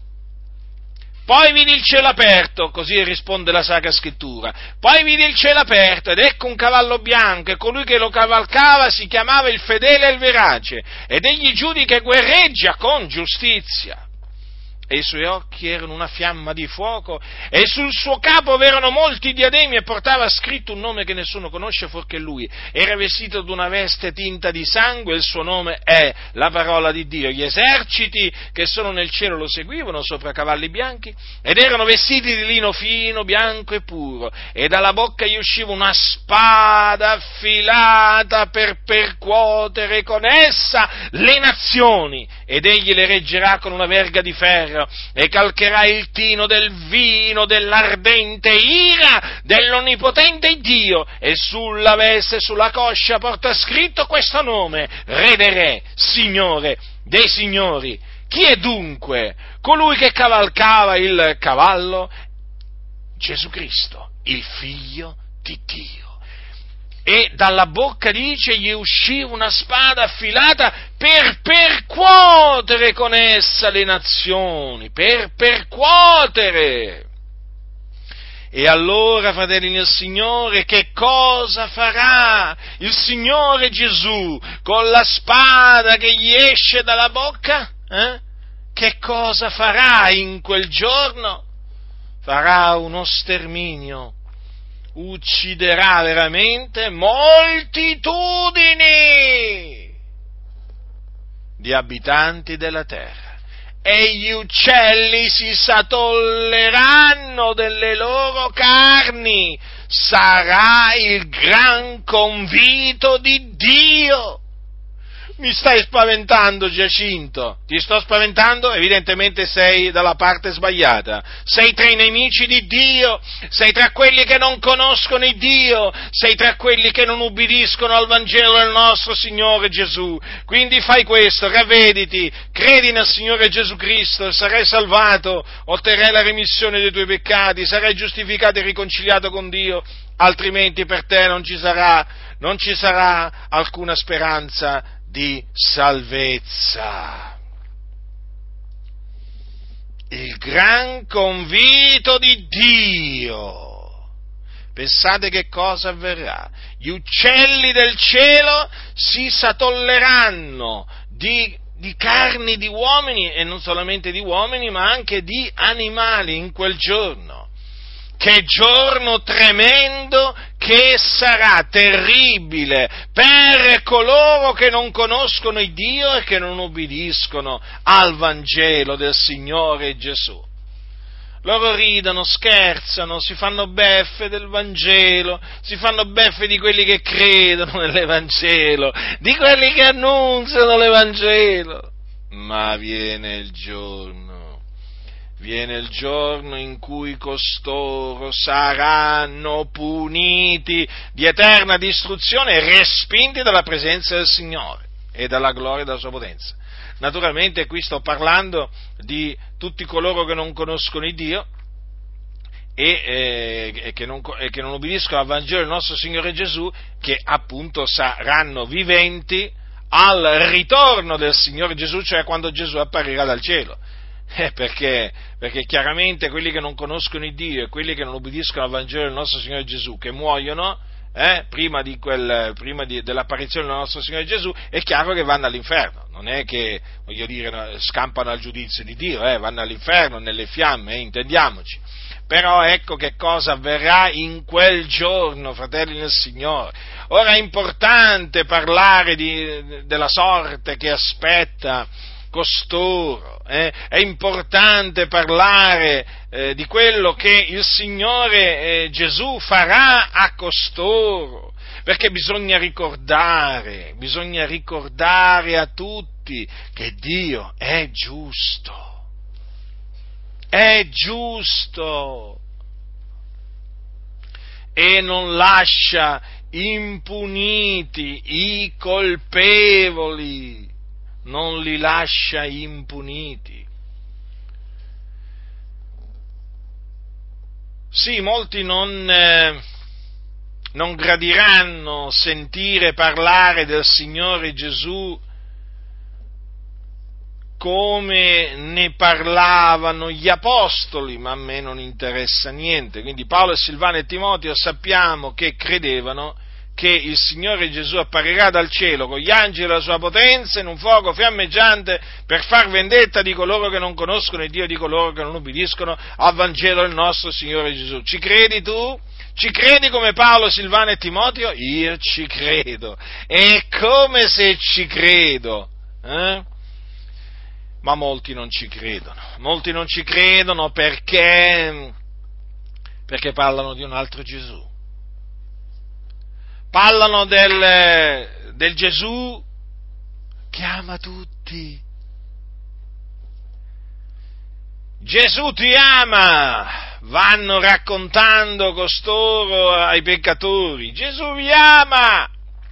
Poi vidi il cielo aperto, così risponde la Sacra Scrittura, poi vidi il cielo aperto, ed ecco un cavallo bianco, e colui che lo cavalcava si chiamava il fedele e il verace, ed egli giudica e guerreggia con giustizia. E i suoi occhi erano una fiamma di fuoco, e sul suo capo erano molti diademi, e portava scritto un nome che nessuno conosce fuorché lui. Era vestito d'una veste tinta di sangue, e il suo nome è la parola di Dio. Gli eserciti che sono nel cielo lo seguivano sopra cavalli bianchi, ed erano vestiti di lino fino, bianco e puro, e dalla bocca gli usciva una spada affilata per percuotere con essa le nazioni, ed egli le reggerà con una verga di ferro, e calcherà il tino del vino dell'ardente ira dell'onnipotente Dio, e sulla veste e sulla coscia porta scritto questo nome: Re dei Re, Signore dei Signori. Chi è dunque colui che cavalcava il cavallo? Gesù Cristo, il Figlio di Dio. E dalla bocca, dice, gli usciva una spada affilata per percuotere con essa le nazioni, per percuotere. E allora, fratelli nel Signore, che cosa farà il Signore Gesù con la spada che gli esce dalla bocca? Eh? Che cosa farà in quel giorno? Farà uno sterminio. Ucciderà veramente moltitudini di abitanti della terra, e gli uccelli si satolleranno delle loro carni. Sarà il gran convito di Dio. Mi stai spaventando, Giacinto. Ti sto spaventando? Evidentemente sei dalla parte sbagliata. Sei tra i nemici di Dio, sei tra quelli che non conoscono il Dio, sei tra quelli che non ubbidiscono al Vangelo del nostro Signore Gesù. Quindi fai questo, ravvediti, credi nel Signore Gesù Cristo, sarai salvato, otterrai la remissione dei tuoi peccati, sarai giustificato e riconciliato con Dio, altrimenti per te non ci sarà, non ci sarà alcuna speranza di salvezza. Il gran convito di Dio. Pensate che cosa avverrà? Gli uccelli del cielo si satolleranno di, di carni di uomini, e non solamente di uomini, ma anche di animali in quel giorno. Che giorno tremendo che sarà, terribile, per coloro che non conoscono il Dio e che non ubbidiscono al Vangelo del Signore Gesù. Loro ridono, scherzano, si fanno beffe del Vangelo, si fanno beffe di quelli che credono nell'Evangelo, di quelli che annunziano l'Evangelo. Ma viene il giorno. Viene il giorno in cui costoro saranno puniti di eterna distruzione e respinti dalla presenza del Signore e dalla gloria della sua potenza. Naturalmente qui sto parlando di tutti coloro che non conoscono il Dio e, eh, e, che non, e che non ubbidiscono al Vangelo del nostro Signore Gesù, che appunto saranno viventi al ritorno del Signore Gesù, cioè quando Gesù apparirà dal cielo. Eh, perché, perché chiaramente quelli che non conoscono il Dio e quelli che non ubbidiscono al Vangelo del nostro Signore Gesù, che muoiono eh, prima, di quel, prima di, dell'apparizione del nostro Signore Gesù, è chiaro che vanno all'inferno. Non è che, voglio dire, scampano al giudizio di Dio, eh, vanno all'inferno, nelle fiamme, eh, intendiamoci. Però ecco che cosa avverrà in quel giorno, fratelli del Signore. Ora è importante parlare di, della sorte che aspetta costoro, eh? È importante parlare eh, di quello che il Signore eh, Gesù farà a costoro, perché bisogna ricordare, bisogna ricordare a tutti che Dio è giusto, è giusto e non lascia impuniti i colpevoli. Non li lascia impuniti. Sì, molti non, eh, non gradiranno sentire parlare del Signore Gesù come ne parlavano gli apostoli, ma a me non interessa niente. Quindi Paolo, Silvano e Timoteo sappiamo che credevano che il Signore Gesù apparirà dal cielo con gli angeli della sua potenza in un fuoco fiammeggiante per far vendetta di coloro che non conoscono il Dio e di coloro che non ubbidiscono al Vangelo del nostro Signore Gesù. Ci credi tu? Ci credi come Paolo, Silvano e Timoteo? Io ci credo. È come se ci credo. Eh? Ma molti non ci credono. Molti non ci credono perché, perché parlano di un altro Gesù. Parlano del, del Gesù che ama tutti. Gesù ti ama, vanno raccontando costoro ai peccatori. Gesù vi ama.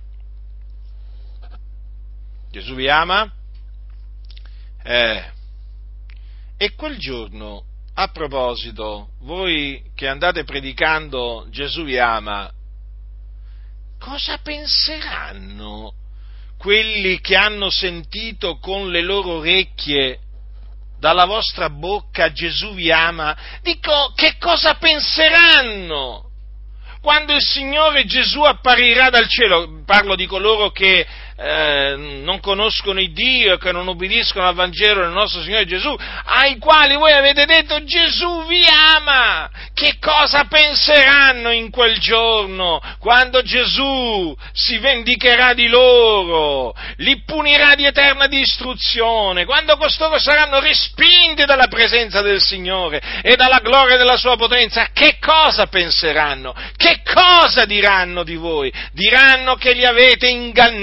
Gesù vi ama? Eh. E quel giorno, a proposito, voi che andate predicando Gesù vi ama, cosa penseranno quelli che hanno sentito con le loro orecchie dalla vostra bocca Gesù vi ama? Dico, che cosa penseranno quando il Signore Gesù apparirà dal cielo? Parlo di coloro che eh, non conoscono il Dio e che non obbediscono al Vangelo del nostro Signore Gesù, ai quali voi avete detto Gesù vi ama. Che cosa penseranno in quel giorno, quando Gesù si vendicherà di loro, li punirà di eterna distruzione, quando costoro saranno respinti dalla presenza del Signore e dalla gloria della sua potenza? Che cosa penseranno? Che cosa diranno di voi? Diranno che li avete ingannati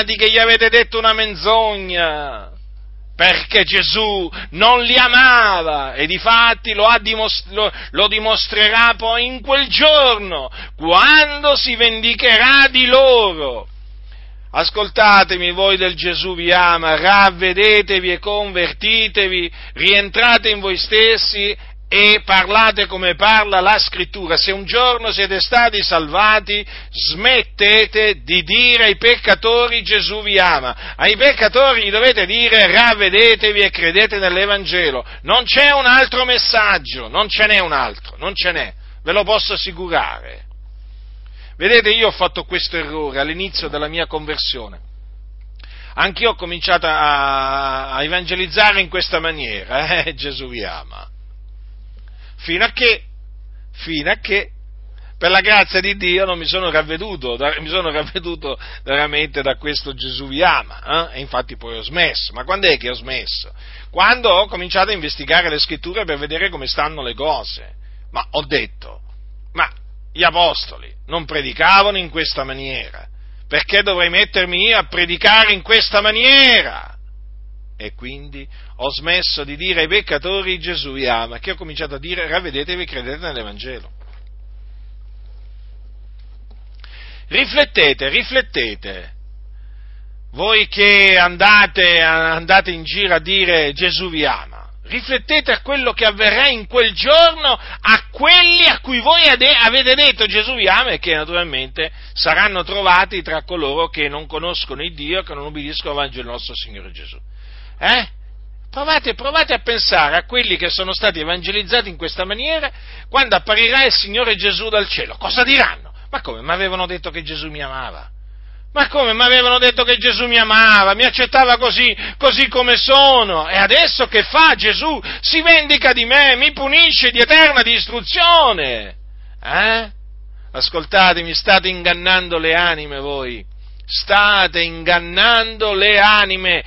scusati che gli avete detto una menzogna, perché Gesù non li amava, e difatti lo, ha dimost- lo, lo dimostrerà poi in quel giorno, quando si vendicherà di loro. Ascoltatemi, voi del Gesù vi ama, ravvedetevi e convertitevi, rientrate in voi stessi e parlate come parla la Scrittura. Se un giorno siete stati salvati, smettete di dire ai peccatori Gesù vi ama. Ai peccatori gli dovete dire ravvedetevi e credete nell'Evangelo. Non c'è un altro messaggio, non ce n'è un altro, non ce n'è, ve lo posso assicurare. Vedete, io ho fatto questo errore all'inizio della mia conversione. Anch'io ho cominciato a, a evangelizzare in questa maniera, eh, Gesù vi ama. Fino a che, fino a che, per la grazia di Dio, non mi sono ravveduto, mi sono ravveduto veramente da questo Gesù vi ama, eh? E infatti poi ho smesso. Ma quando è che ho smesso? Quando ho cominciato a investigare le Scritture per vedere come stanno le cose. Ma ho detto, ma gli apostoli non predicavano in questa maniera, perché dovrei mettermi io a predicare in questa maniera? E quindi ho smesso di dire ai peccatori Gesù vi ama, che ho cominciato a dire ravvedetevi e credete nell'Evangelo. Riflettete, riflettete, voi che andate, andate in giro a dire Gesù vi ama, riflettete a quello che avverrà in quel giorno a quelli a cui voi avete detto Gesù vi ama e che naturalmente saranno trovati tra coloro che non conoscono il Dio e che non ubbidiscono al Vangelo del nostro Signore Gesù. Eh? Provate, provate a pensare a quelli che sono stati evangelizzati in questa maniera quando apparirà il Signore Gesù dal cielo. Cosa diranno? Ma come? Mi avevano detto che Gesù mi amava? Ma come? Mi avevano detto che Gesù mi amava, mi accettava così, così come sono, e adesso che fa Gesù? Si vendica di me, mi punisce di eterna distruzione. Eh? Ascoltatemi, state ingannando le anime voi. State ingannando le anime,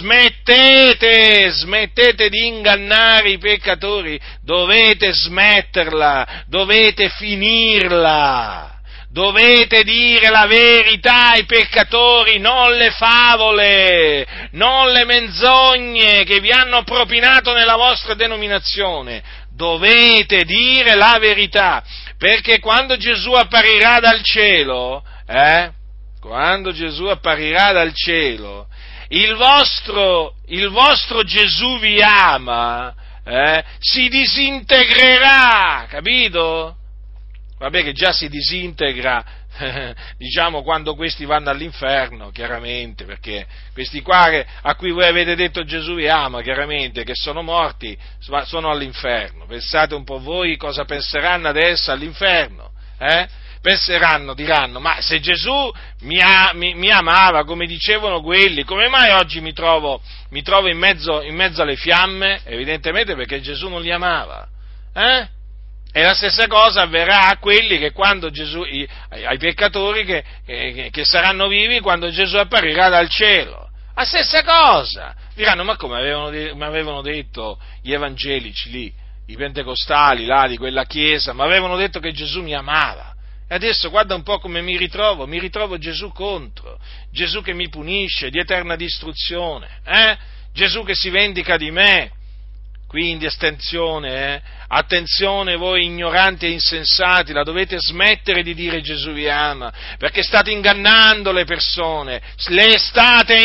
smettete, smettete di ingannare i peccatori, dovete smetterla, dovete finirla. Dovete dire la verità ai peccatori, non le favole, non le menzogne che vi hanno propinato nella vostra denominazione. Dovete dire la verità, perché quando Gesù apparirà dal cielo, eh, quando Gesù apparirà dal cielo, il vostro, il vostro Gesù vi ama, eh, si disintegrerà, capito? Vabbè che già si disintegra, eh, diciamo, quando questi vanno all'inferno, chiaramente, perché questi qua che, a cui voi avete detto Gesù vi ama, chiaramente, che sono morti, sono all'inferno. Pensate un po' voi cosa penseranno adesso all'inferno, eh? Penseranno, diranno, ma se Gesù mi, ha, mi, mi amava, come dicevano quelli, come mai oggi mi trovo, mi trovo in, mezzo, in mezzo alle fiamme? Evidentemente perché Gesù non li amava, eh? E la stessa cosa avverrà a quelli che quando Gesù, ai peccatori che, che, che saranno vivi quando Gesù apparirà dal cielo. La stessa cosa! Diranno, ma come avevano, mi avevano detto gli evangelici lì, i pentecostali là di quella chiesa, mi avevano detto che Gesù mi amava. E adesso guarda un po' come mi ritrovo, mi ritrovo Gesù contro, Gesù che mi punisce di eterna distruzione, eh? Gesù che si vendica di me. Quindi attenzione, eh? attenzione voi ignoranti e insensati, la dovete smettere di dire Gesù vi ama, perché state ingannando le persone, le state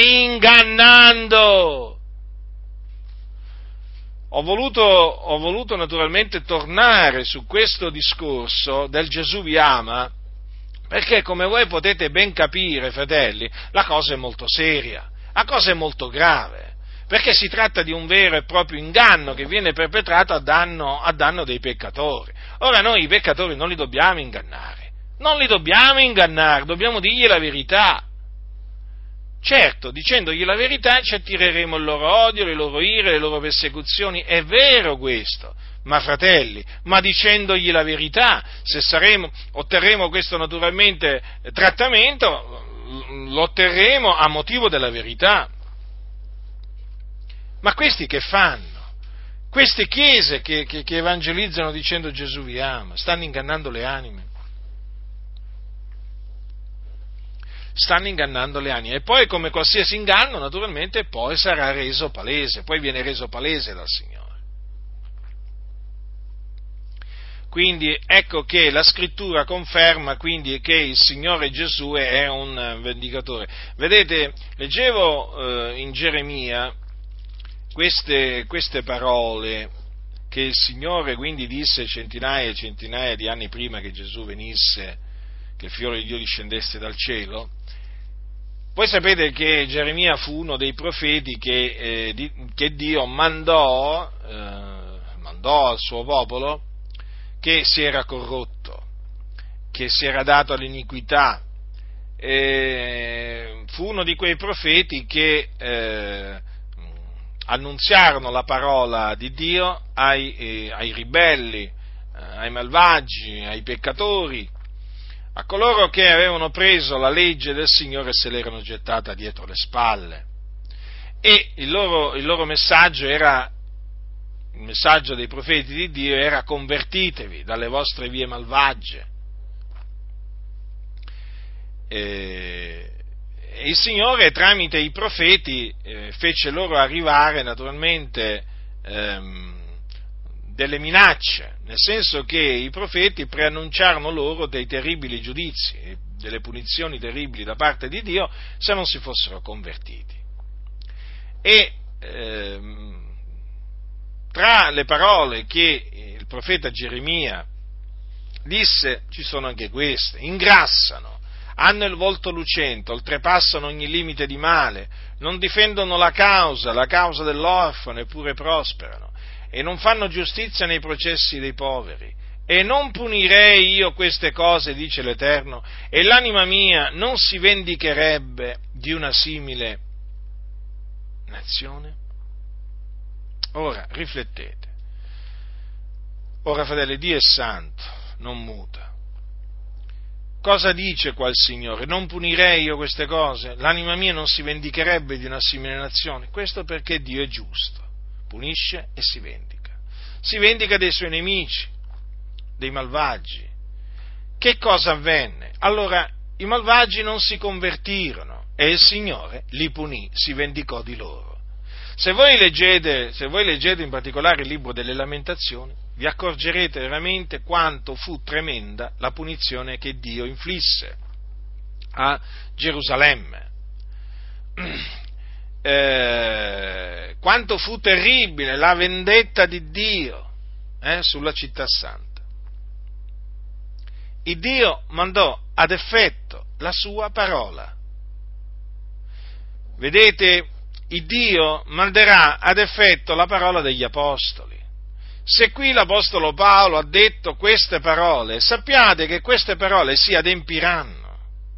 ingannando. Ho voluto, ho voluto naturalmente tornare su questo discorso del Gesù vi ama, perché come voi potete ben capire, fratelli, la cosa è molto seria, la cosa è molto grave. Perché si tratta di un vero e proprio inganno che viene perpetrato a danno, a danno dei peccatori. Ora noi i peccatori non li dobbiamo ingannare, non li dobbiamo ingannare, dobbiamo dirgli la verità. Certo, dicendogli la verità ci attireremo il loro odio, le loro ire, le loro persecuzioni, è vero questo, ma fratelli, ma dicendogli la verità, se saremo, otterremo questo naturalmente trattamento, lo otterremo a motivo della verità. Ma questi che fanno? Queste chiese che, che, che evangelizzano dicendo Gesù vi ama, stanno ingannando le anime. stanno ingannando le anime. E poi, come qualsiasi inganno, naturalmente, poi sarà reso palese, poi viene reso palese dal Signore. Quindi ecco che la Scrittura conferma quindi che il Signore Gesù è un vendicatore. Vedete, leggevo eh, in Geremia queste, queste parole che il Signore quindi disse centinaia e centinaia di anni prima che Gesù venisse, che il Figlio di Dio discendesse dal cielo. Voi sapete che Geremia fu uno dei profeti che, eh, di, che Dio mandò, eh, mandò al suo popolo, che si era corrotto, che si era dato all'iniquità. Eh, fu uno di quei profeti che eh, annunziarono la parola di Dio ai, eh, ai ribelli, eh, ai malvagi, ai peccatori, a coloro che avevano preso la legge del Signore e se l'erano gettata dietro le spalle. E il loro, il loro messaggio era, il messaggio dei profeti di Dio era: convertitevi dalle vostre vie malvagie. E, e il Signore tramite i profeti eh, fece loro arrivare naturalmente ehm, delle minacce, nel senso che i profeti preannunciarono loro dei terribili giudizi, delle punizioni terribili da parte di Dio se non si fossero convertiti. E ehm, tra le parole che il profeta Geremia disse ci sono anche queste: ingrassano, hanno il volto lucente, oltrepassano ogni limite di male, non difendono la causa, la causa dell'orfano, eppure prosperano, e non fanno giustizia nei processi dei poveri. E non punirei io queste cose, dice l'Eterno, e l'anima mia non si vendicherebbe di una simile nazione? Ora, riflettete. Ora, fratelli, Dio è santo, non muta. Cosa dice qua il Signore? Non punirei io queste cose? L'anima mia non si vendicherebbe di una simile nazione? Questo perché Dio è giusto, punisce e si vendica. Si vendica dei suoi nemici, dei malvagi. Che cosa avvenne? Allora, i malvagi non si convertirono e il Signore li punì, si vendicò di loro. Se voi leggete, se voi leggete in particolare il libro delle Lamentazioni, vi accorgerete veramente quanto fu tremenda la punizione che Dio inflisse a Gerusalemme. Eh, quanto fu terribile la vendetta di Dio eh, sulla città santa. Il Dio mandò ad effetto la sua parola. Vedete, il Dio manderà ad effetto la parola degli apostoli. Se qui l'apostolo Paolo ha detto queste parole, sappiate che queste parole si adempiranno.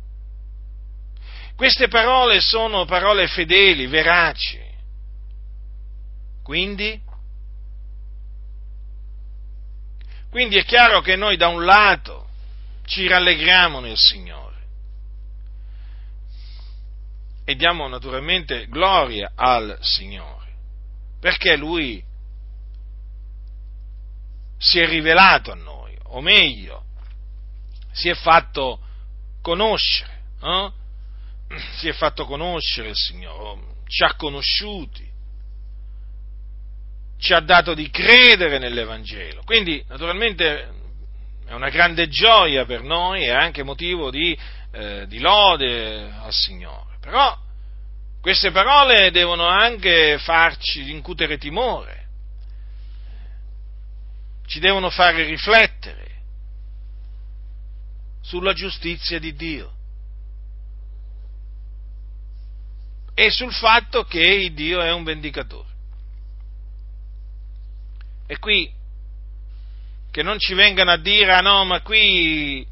Queste parole sono parole fedeli, veraci. Quindi, quindi è chiaro che noi da un lato ci rallegriamo nel Signore e diamo naturalmente gloria al Signore, perché Lui si è rivelato a noi, o meglio, si è fatto conoscere, eh? si è fatto conoscere il Signore, ci ha conosciuti, ci ha dato di credere nell'Evangelo. Quindi, naturalmente, è una grande gioia per noi e anche motivo di, eh, di lode al Signore. Però queste parole devono anche farci incutere timore, ci devono fare riflettere sulla giustizia di Dio e sul fatto che Dio è un vendicatore. E qui che non ci vengano a dire: ah no, ma qui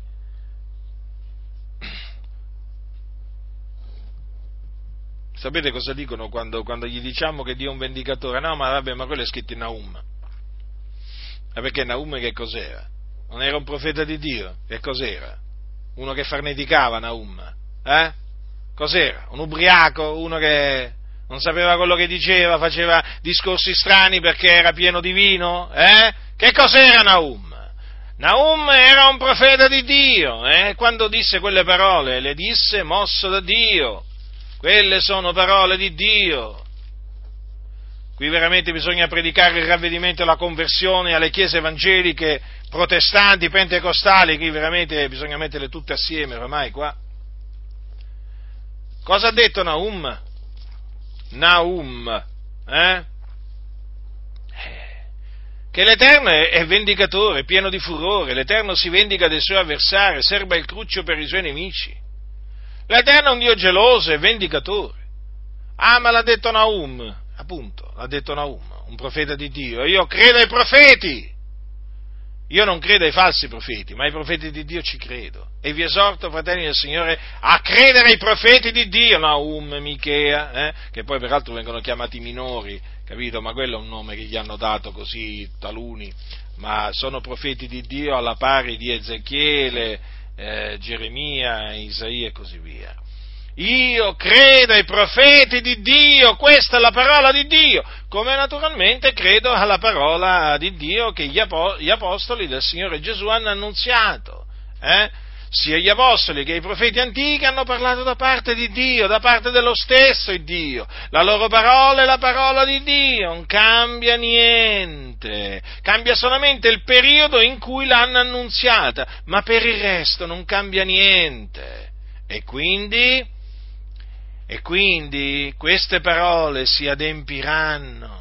sapete cosa dicono quando, quando gli diciamo che Dio è un vendicatore? No, ma vabbè, ma quello è scritto in Naum. Ma perché Naum che cos'era? Non era un profeta di Dio? Che cos'era? Uno che farneticava, Naum? Eh? Cos'era? Un ubriaco? Uno che non sapeva quello che diceva, faceva discorsi strani perché era pieno di vino? Eh? Che cos'era Naum? Naum era un profeta di Dio, eh? Quando disse quelle parole, le disse mosso da Dio. Quelle sono parole di Dio. Qui veramente bisogna predicare il ravvedimento e la conversione alle chiese evangeliche, protestanti, pentecostali, qui veramente bisogna metterle tutte assieme ormai qua. Cosa ha detto Naum? Naum, eh? Che l'Eterno è vendicatore, pieno di furore, l'Eterno si vendica dei suoi avversari, serba il cruccio per i suoi nemici. L'Eterno è un Dio geloso e vendicatore. Ah, ma l'ha detto Naum, appunto, l'ha detto Naum, un profeta di Dio. Io credo ai profeti, io non credo ai falsi profeti, ma ai profeti di Dio ci credo. E vi esorto, fratelli del Signore, a credere ai profeti di Dio, Naum, Michea, eh, che poi peraltro vengono chiamati minori, capito? Ma quello è un nome che gli hanno dato così taluni, ma sono profeti di Dio alla pari di Ezechiele, eh, Geremia, Isaia e così via. Io credo ai profeti di Dio, questa è la parola di Dio, come naturalmente credo alla parola di Dio che gli, apo- gli apostoli del Signore Gesù hanno annunziato, eh? Sia gli apostoli che i profeti antichi hanno parlato da parte di Dio, da parte dello stesso Dio. La loro parola è la parola di Dio, non cambia niente, cambia solamente il periodo in cui l'hanno annunziata, ma per il resto non cambia niente. E quindi, e quindi queste parole si adempiranno.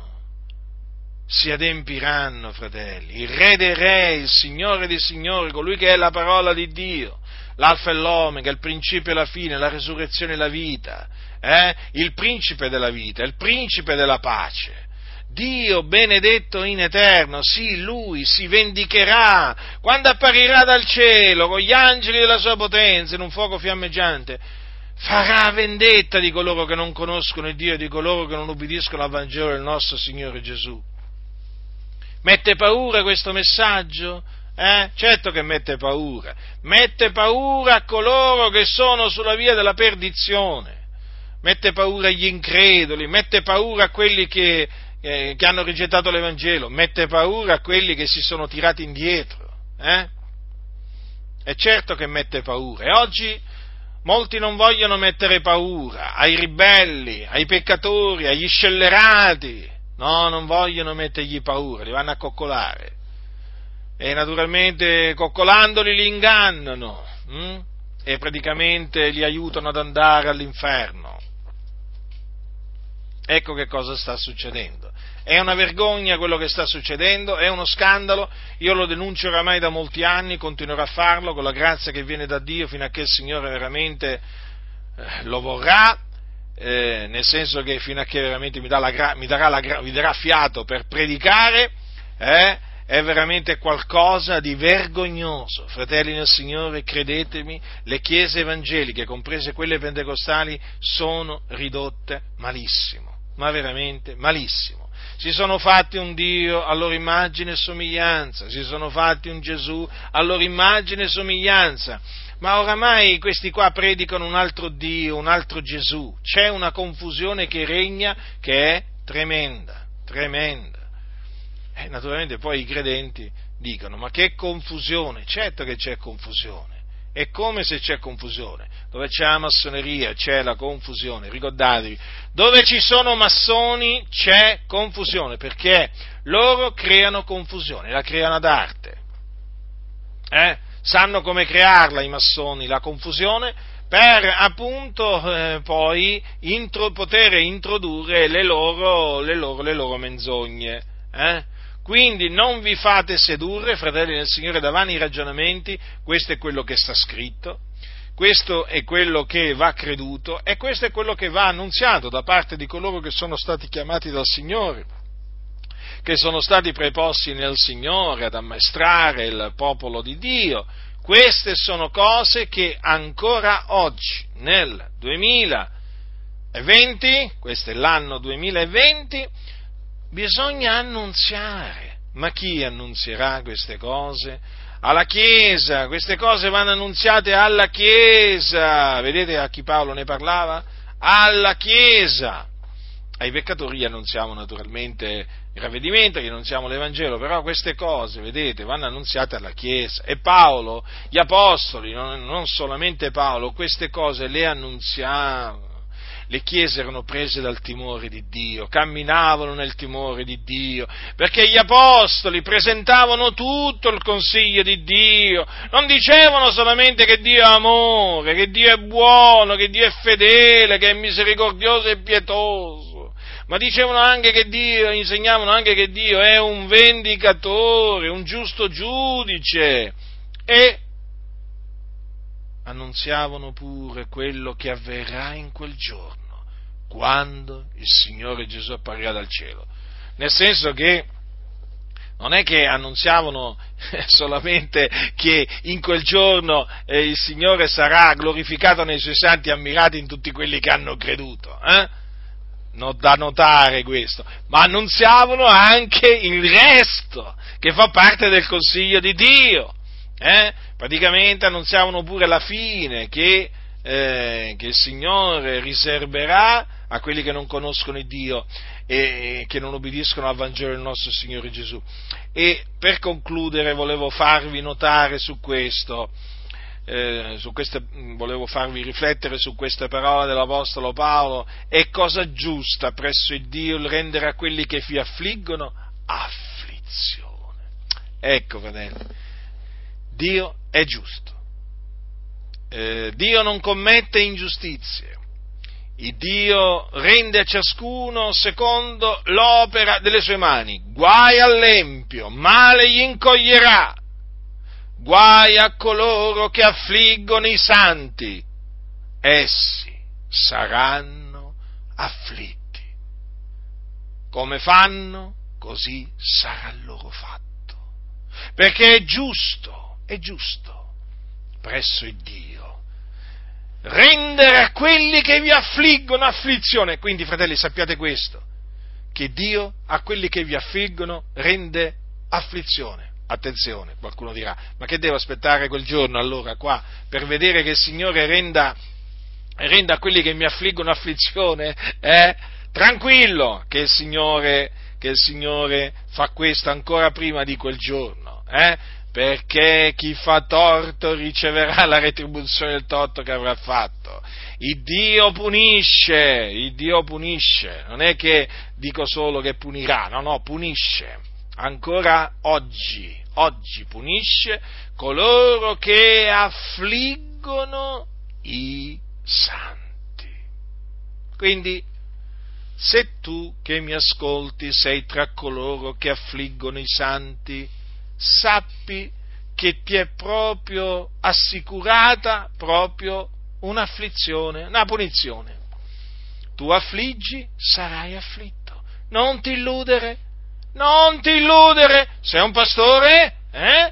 Si adempiranno, fratelli. Il Re dei Re, il Signore dei Signori, colui che è la parola di Dio, l'Alfa e l'Omega, il principio e la fine, la resurrezione e la vita, eh? Il principe della vita, il principe della pace. Dio benedetto in eterno, sì, Lui si vendicherà quando apparirà dal cielo con gli angeli della sua potenza in un fuoco fiammeggiante. Farà vendetta di coloro che non conoscono il Dio e di coloro che non ubbidiscono al Vangelo del nostro Signore Gesù. Mette paura questo messaggio? Eh? Certo che mette paura. Mette paura a coloro che sono sulla via della perdizione. Mette paura agli increduli, mette paura a quelli che, eh, che hanno rigettato l'Evangelo, mette paura a quelli che si sono tirati indietro. Eh? È certo che mette paura. E oggi molti non vogliono mettere paura ai ribelli, ai peccatori, agli scellerati. No, non vogliono mettergli paura, li vanno a coccolare. E naturalmente coccolandoli li ingannano hm? e praticamente li aiutano ad andare all'inferno. Ecco che cosa sta succedendo. È una vergogna quello che sta succedendo, è uno scandalo, io lo denuncio oramai da molti anni, continuerò a farlo con la grazia che viene da Dio fino a che il Signore veramente eh, lo vorrà. Eh, nel senso che fino a che veramente mi, dà la, mi, darà la, mi darà fiato per predicare, eh, è veramente qualcosa di vergognoso. Fratelli nel Signore, credetemi, le chiese evangeliche, comprese quelle pentecostali, sono ridotte malissimo, ma veramente malissimo. Si sono fatti un Dio a loro immagine e somiglianza, si sono fatti un Gesù a loro immagine e somiglianza, ma oramai questi qua predicano un altro Dio, un altro Gesù. C'è una confusione che regna che è tremenda, tremenda. E naturalmente poi i credenti dicono, ma che confusione? Certo che c'è confusione. È come se c'è confusione. Dove c'è la massoneria c'è la confusione, ricordatevi, dove ci sono massoni c'è confusione, perché loro creano confusione, la creano ad arte. Eh? Sanno come crearla i massoni, la confusione, per appunto eh, poi intro, poter introdurre le loro, le loro, le loro menzogne. Eh? Quindi non vi fate sedurre, fratelli del Signore, da vani ragionamenti, questo è quello che sta scritto, questo è quello che va creduto e questo è quello che va annunziato da parte di coloro che sono stati chiamati dal Signore, che sono stati preposti nel Signore ad ammaestrare il popolo di Dio. Queste sono cose che ancora oggi, nel duemilaventi, questo è l'anno duemilaventi, bisogna annunziare. Ma chi annunzierà queste cose? Alla Chiesa, queste cose vanno annunziate alla Chiesa. Vedete a chi Paolo ne parlava? Alla Chiesa. ai peccatori gli annunziamo naturalmente il ravvedimento, gli annunziamo l'Evangelo, però queste cose, vedete, vanno annunziate alla Chiesa. E Paolo, gli Apostoli, non, non solamente Paolo, queste cose le annunziavano. Le chiese erano prese dal timore di Dio, camminavano nel timore di Dio, perché gli apostoli presentavano tutto il consiglio di Dio, non dicevano solamente che Dio è amore, che Dio è buono, che Dio è fedele, che è misericordioso e pietoso, ma dicevano anche che Dio, insegnavano anche che Dio è un vendicatore, un giusto giudice, e annunziavano pure quello che avverrà in quel giorno, quando il Signore Gesù apparirà dal cielo. Nel senso che non è che annunziavano solamente che in quel giorno eh, il Signore sarà glorificato nei Suoi santi e ammirato in tutti quelli che hanno creduto, eh? Non da notare questo, ma annunziavano anche il resto, che fa parte del consiglio di Dio. Eh? Praticamente annunziavano pure la fine che, eh, che il Signore riserverà a quelli che non conoscono il Dio e che non obbediscono al Vangelo del nostro Signore Gesù. E per concludere volevo farvi notare su questo, eh, su queste, volevo farvi riflettere su queste parole dell'Apostolo Paolo: è cosa giusta presso il Dio il rendere a quelli che vi affliggono afflizione. Ecco, fratelli, Dio è giusto, eh, Dio non commette ingiustizie, il Dio rende a ciascuno secondo l'opera delle sue mani. Guai all'empio, male gli incoglierà, guai a coloro che affliggono i santi, essi saranno afflitti. Come fanno, così sarà loro fatto, perché è giusto, è giusto presso il Dio rendere a quelli che vi affliggono afflizione. Quindi, fratelli, sappiate questo, che Dio a quelli che vi affliggono rende afflizione. Attenzione, qualcuno dirà: ma che devo aspettare quel giorno allora qua per vedere che il Signore renda, renda a quelli che mi affliggono afflizione? Eh? Tranquillo, che il Signore, che il Signore fa questo ancora prima di quel giorno, eh? Perché chi fa torto riceverà la retribuzione del torto che avrà fatto. Il Dio punisce, il Dio punisce, non è che dico solo che punirà, no, no, punisce. Ancora oggi, oggi punisce coloro che affliggono i santi. Quindi, se tu che mi ascolti sei tra coloro che affliggono i santi, sappi che ti è proprio assicurata proprio un'afflizione, una punizione. Tu affliggi, sarai afflitto. Non ti illudere, non ti illudere. Sei un pastore? Eh?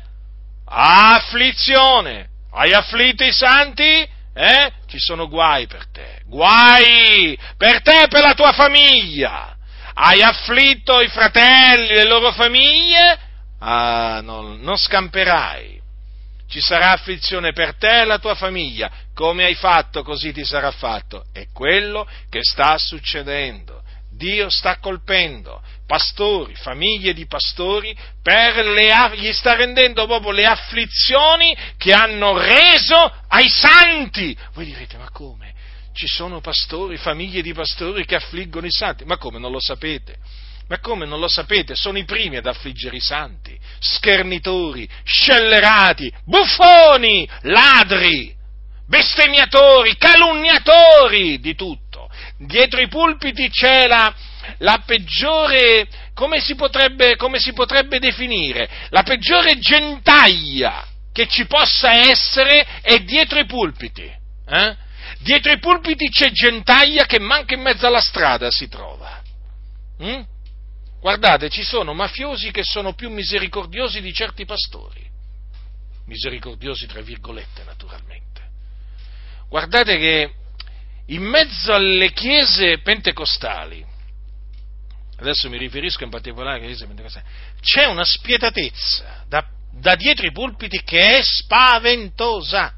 Afflizione. Hai afflitto i santi? Eh? Ci sono guai per te. Guai per te e per la tua famiglia. Hai afflitto i fratelli, le loro famiglie? Ah, no, non scamperai, ci sarà afflizione per te e la tua famiglia, come hai fatto così ti sarà fatto. È quello che sta succedendo. Dio sta colpendo pastori, famiglie di pastori, per le, gli sta rendendo proprio le afflizioni che hanno reso ai santi. Voi direte: ma come? Ci sono pastori, famiglie di pastori che affliggono i santi? Ma come, non lo sapete? Ma come non lo sapete? Sono i primi ad affliggere i santi, schernitori, scellerati, buffoni, ladri, bestemmiatori, calunniatori, di tutto. Dietro i pulpiti c'è la, la peggiore, come si potrebbe, come si potrebbe definire, la peggiore gentaglia che ci possa essere è dietro i pulpiti. Eh? Dietro i pulpiti c'è gentaglia che manca in mezzo alla strada si trova. Mm? Guardate, ci sono mafiosi che sono più misericordiosi di certi pastori, misericordiosi tra virgolette naturalmente. Guardate che in mezzo alle chiese pentecostali, adesso mi riferisco in particolare alle chiese pentecostali, c'è una spietatezza da, da dietro i pulpiti che è spaventosa,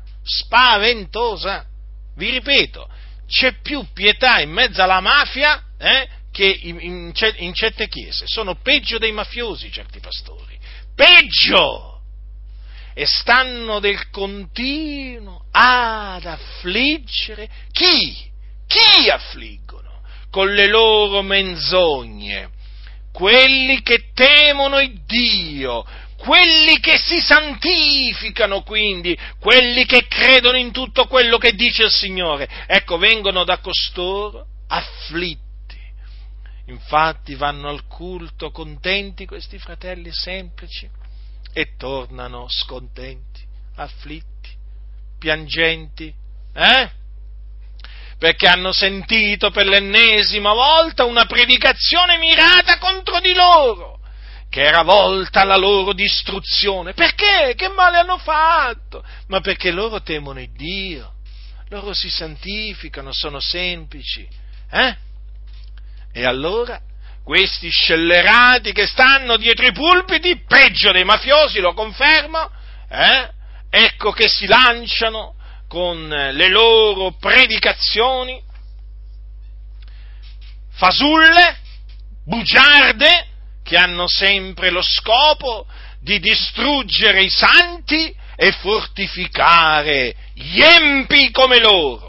spaventosa. Vi ripeto, c'è più pietà in mezzo alla mafia, eh, che in, in, in certe chiese sono peggio dei mafiosi certi pastori, peggio! E stanno del continuo ad affliggere chi? Chi affliggono? Con le loro menzogne, quelli che temono il Dio, quelli che si santificano quindi, quelli che credono in tutto quello che dice il Signore, ecco, vengono da costoro afflitti. Infatti vanno al culto contenti questi fratelli semplici e tornano scontenti, afflitti, piangenti, eh? Perché hanno sentito per l'ennesima volta una predicazione mirata contro di loro, che era volta alla loro distruzione. Perché? Che male hanno fatto? Ma perché loro temono il Dio, loro si santificano, sono semplici, eh? E allora questi scellerati che stanno dietro i pulpiti, peggio dei mafiosi, lo confermo, eh? Ecco che si lanciano con le loro predicazioni fasulle, bugiarde, che hanno sempre lo scopo di distruggere i santi e fortificare gli empi come loro.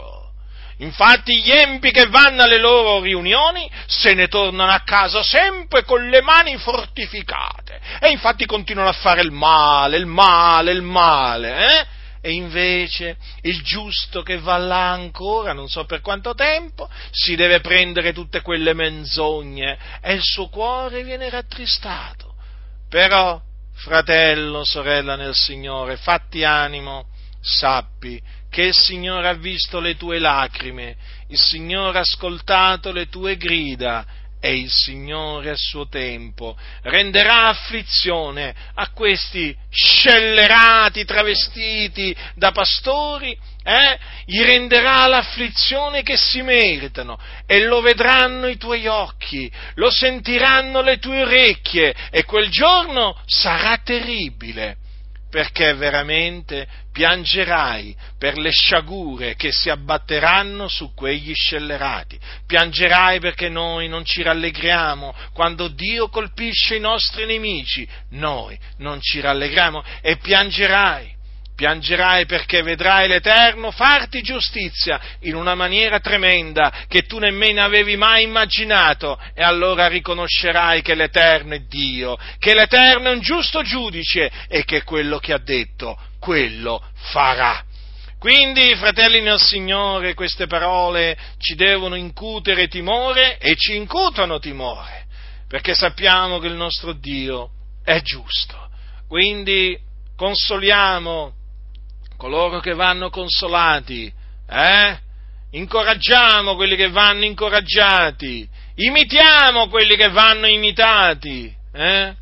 Infatti gli empi che vanno alle loro riunioni se ne tornano a casa sempre con le mani fortificate e infatti continuano a fare il male, il male, il male, eh? E invece il giusto che va là ancora, non so per quanto tempo, si deve prendere tutte quelle menzogne e il suo cuore viene rattristato. Però, fratello, sorella nel Signore, fatti animo, sappi che il Signore ha visto le tue lacrime, il Signore ha ascoltato le tue grida e il Signore a suo tempo renderà afflizione a questi scellerati travestiti da pastori, eh? Gli renderà l'afflizione che si meritano e lo vedranno i tuoi occhi, lo sentiranno le tue orecchie e quel giorno sarà terribile. Perché veramente piangerai per le sciagure che si abbatteranno su quegli scellerati, piangerai perché noi non ci rallegriamo quando Dio colpisce i nostri nemici, noi non ci rallegriamo e piangerai, piangerai perché vedrai l'Eterno farti giustizia in una maniera tremenda che tu nemmeno avevi mai immaginato e allora riconoscerai che l'Eterno è Dio, che l'Eterno è un giusto giudice e che quello che ha detto, quello farà. Quindi, fratelli nel Signore, queste parole ci devono incutere timore e ci incutono timore, perché sappiamo che il nostro Dio è giusto. Quindi consoliamo coloro che vanno consolati, eh? Incoraggiamo quelli che vanno incoraggiati, imitiamo quelli che vanno imitati, eh?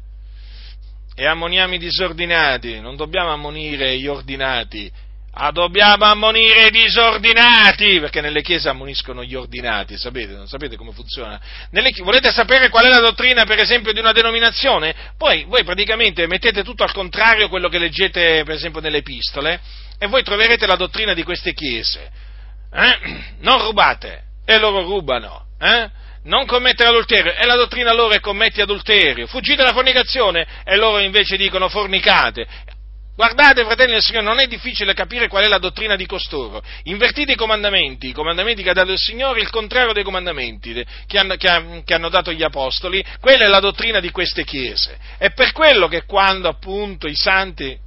E ammoniamo i disordinati, non dobbiamo ammonire gli ordinati, ah, dobbiamo ammonire i disordinati, perché nelle chiese ammoniscono gli ordinati, sapete, non sapete come funziona? Nelle, volete sapere qual è la dottrina, per esempio, di una denominazione? Poi voi praticamente mettete tutto al contrario quello che leggete, per esempio, nelle epistole, e voi troverete la dottrina di queste chiese. Eh? Non rubate, e loro rubano, eh? Non commettere adulterio, e la dottrina loro è commetti adulterio, fuggite dalla fornicazione, e loro invece dicono fornicate. Guardate, fratelli del Signore, non è difficile capire qual è la dottrina di costoro. Invertite i comandamenti, i comandamenti che ha dato il Signore, il contrario dei comandamenti che hanno, che, ha, che hanno dato gli apostoli, quella è la dottrina di queste chiese. È per quello che quando appunto i santi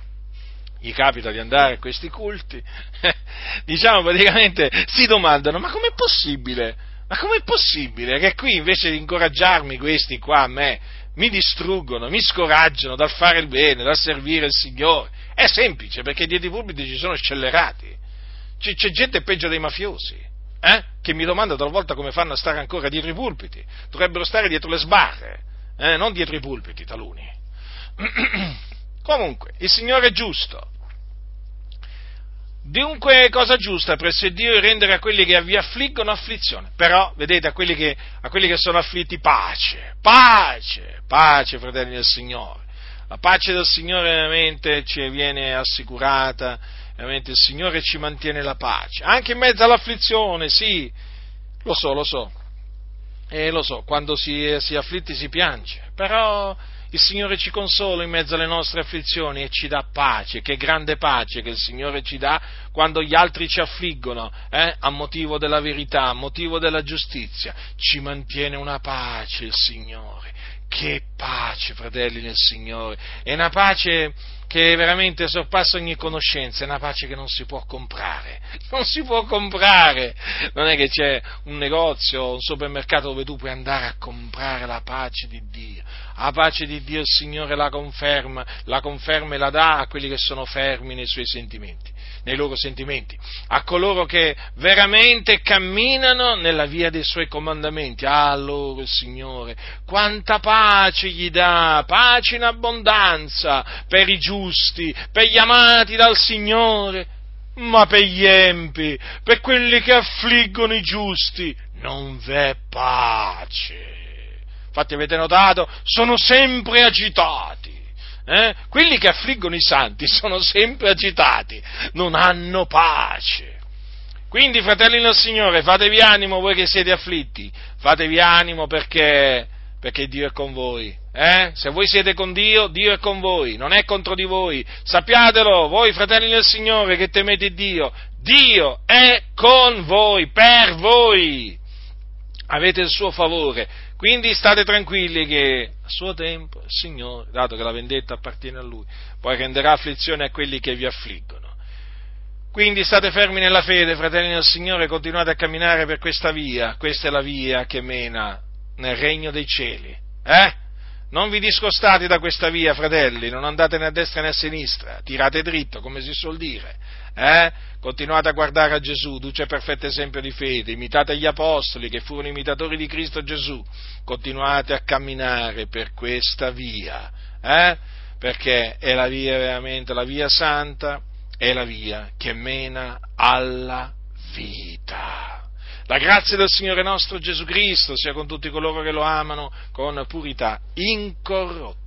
gli capita di andare a questi culti, diciamo praticamente si domandano, ma com'è possibile? Ma com'è possibile che qui invece di incoraggiarmi questi qua a me, mi distruggono, mi scoraggiano dal fare il bene, dal servire il Signore? È semplice, perché dietro i pulpiti ci sono scellerati, c'è, c'è gente peggio dei mafiosi, eh? Che mi domanda talvolta come fanno a stare ancora dietro i pulpiti, dovrebbero stare dietro le sbarre, eh? Non dietro i pulpiti taluni. Comunque, il Signore è giusto. Dunque, cosa giusta presso Dio è rendere a quelli che vi affliggono afflizione. Però, vedete, a quelli che, a quelli che sono afflitti, pace, pace, pace, fratelli del Signore. La pace del Signore veramente ci viene assicurata, veramente il Signore ci mantiene la pace. Anche in mezzo all'afflizione, sì, lo so, lo so. E lo so, quando si, si è afflitti si piange, però il Signore ci consola in mezzo alle nostre afflizioni e ci dà pace. Che grande pace che il Signore ci dà quando gli altri ci affliggono, eh, a motivo della verità, a motivo della giustizia. Ci mantiene una pace il Signore. Che pace, fratelli nel Signore! È una pace che veramente sorpassa ogni conoscenza, è una pace che non si può comprare, non si può comprare, non è che c'è un negozio, un supermercato dove tu puoi andare a comprare la pace di Dio, la pace di Dio il Signore la conferma, la conferma e la dà a quelli che sono fermi nei suoi sentimenti, nei loro sentimenti, a coloro che veramente camminano nella via dei suoi comandamenti. Ah, loro il Signore, quanta pace gli dà, pace in abbondanza per i giusti, per gli amati dal Signore, ma per gli empi, per quelli che affliggono i giusti, non v'è pace. Infatti avete notato, sono sempre agitati. Eh? Quelli che affliggono i santi sono sempre agitati, non hanno pace. Quindi, fratelli del Signore, fatevi animo voi che siete afflitti, fatevi animo perché, perché Dio è con voi. Eh? Se voi siete con Dio, Dio è con voi, non è contro di voi. Sappiatelo, voi fratelli del Signore che temete Dio, Dio è con voi, per voi. Avete il suo favore, quindi state tranquilli che a suo tempo il Signore, dato che la vendetta appartiene a Lui, poi renderà afflizione a quelli che vi affliggono. Quindi state fermi nella fede, fratelli del Signore, continuate a camminare per questa via, questa è la via che mena nel regno dei cieli, eh? Non vi discostate da questa via, fratelli, non andate né a destra né a sinistra, tirate dritto, come si suol dire, eh? Continuate a guardare a Gesù, duce e perfetto esempio di fede, imitate gli apostoli che furono imitatori di Cristo Gesù, continuate a camminare per questa via, eh? Perché è la via veramente, la via santa, è la via che mena alla vita. La grazia del Signore nostro Gesù Cristo sia con tutti coloro che lo amano con purità incorrotta.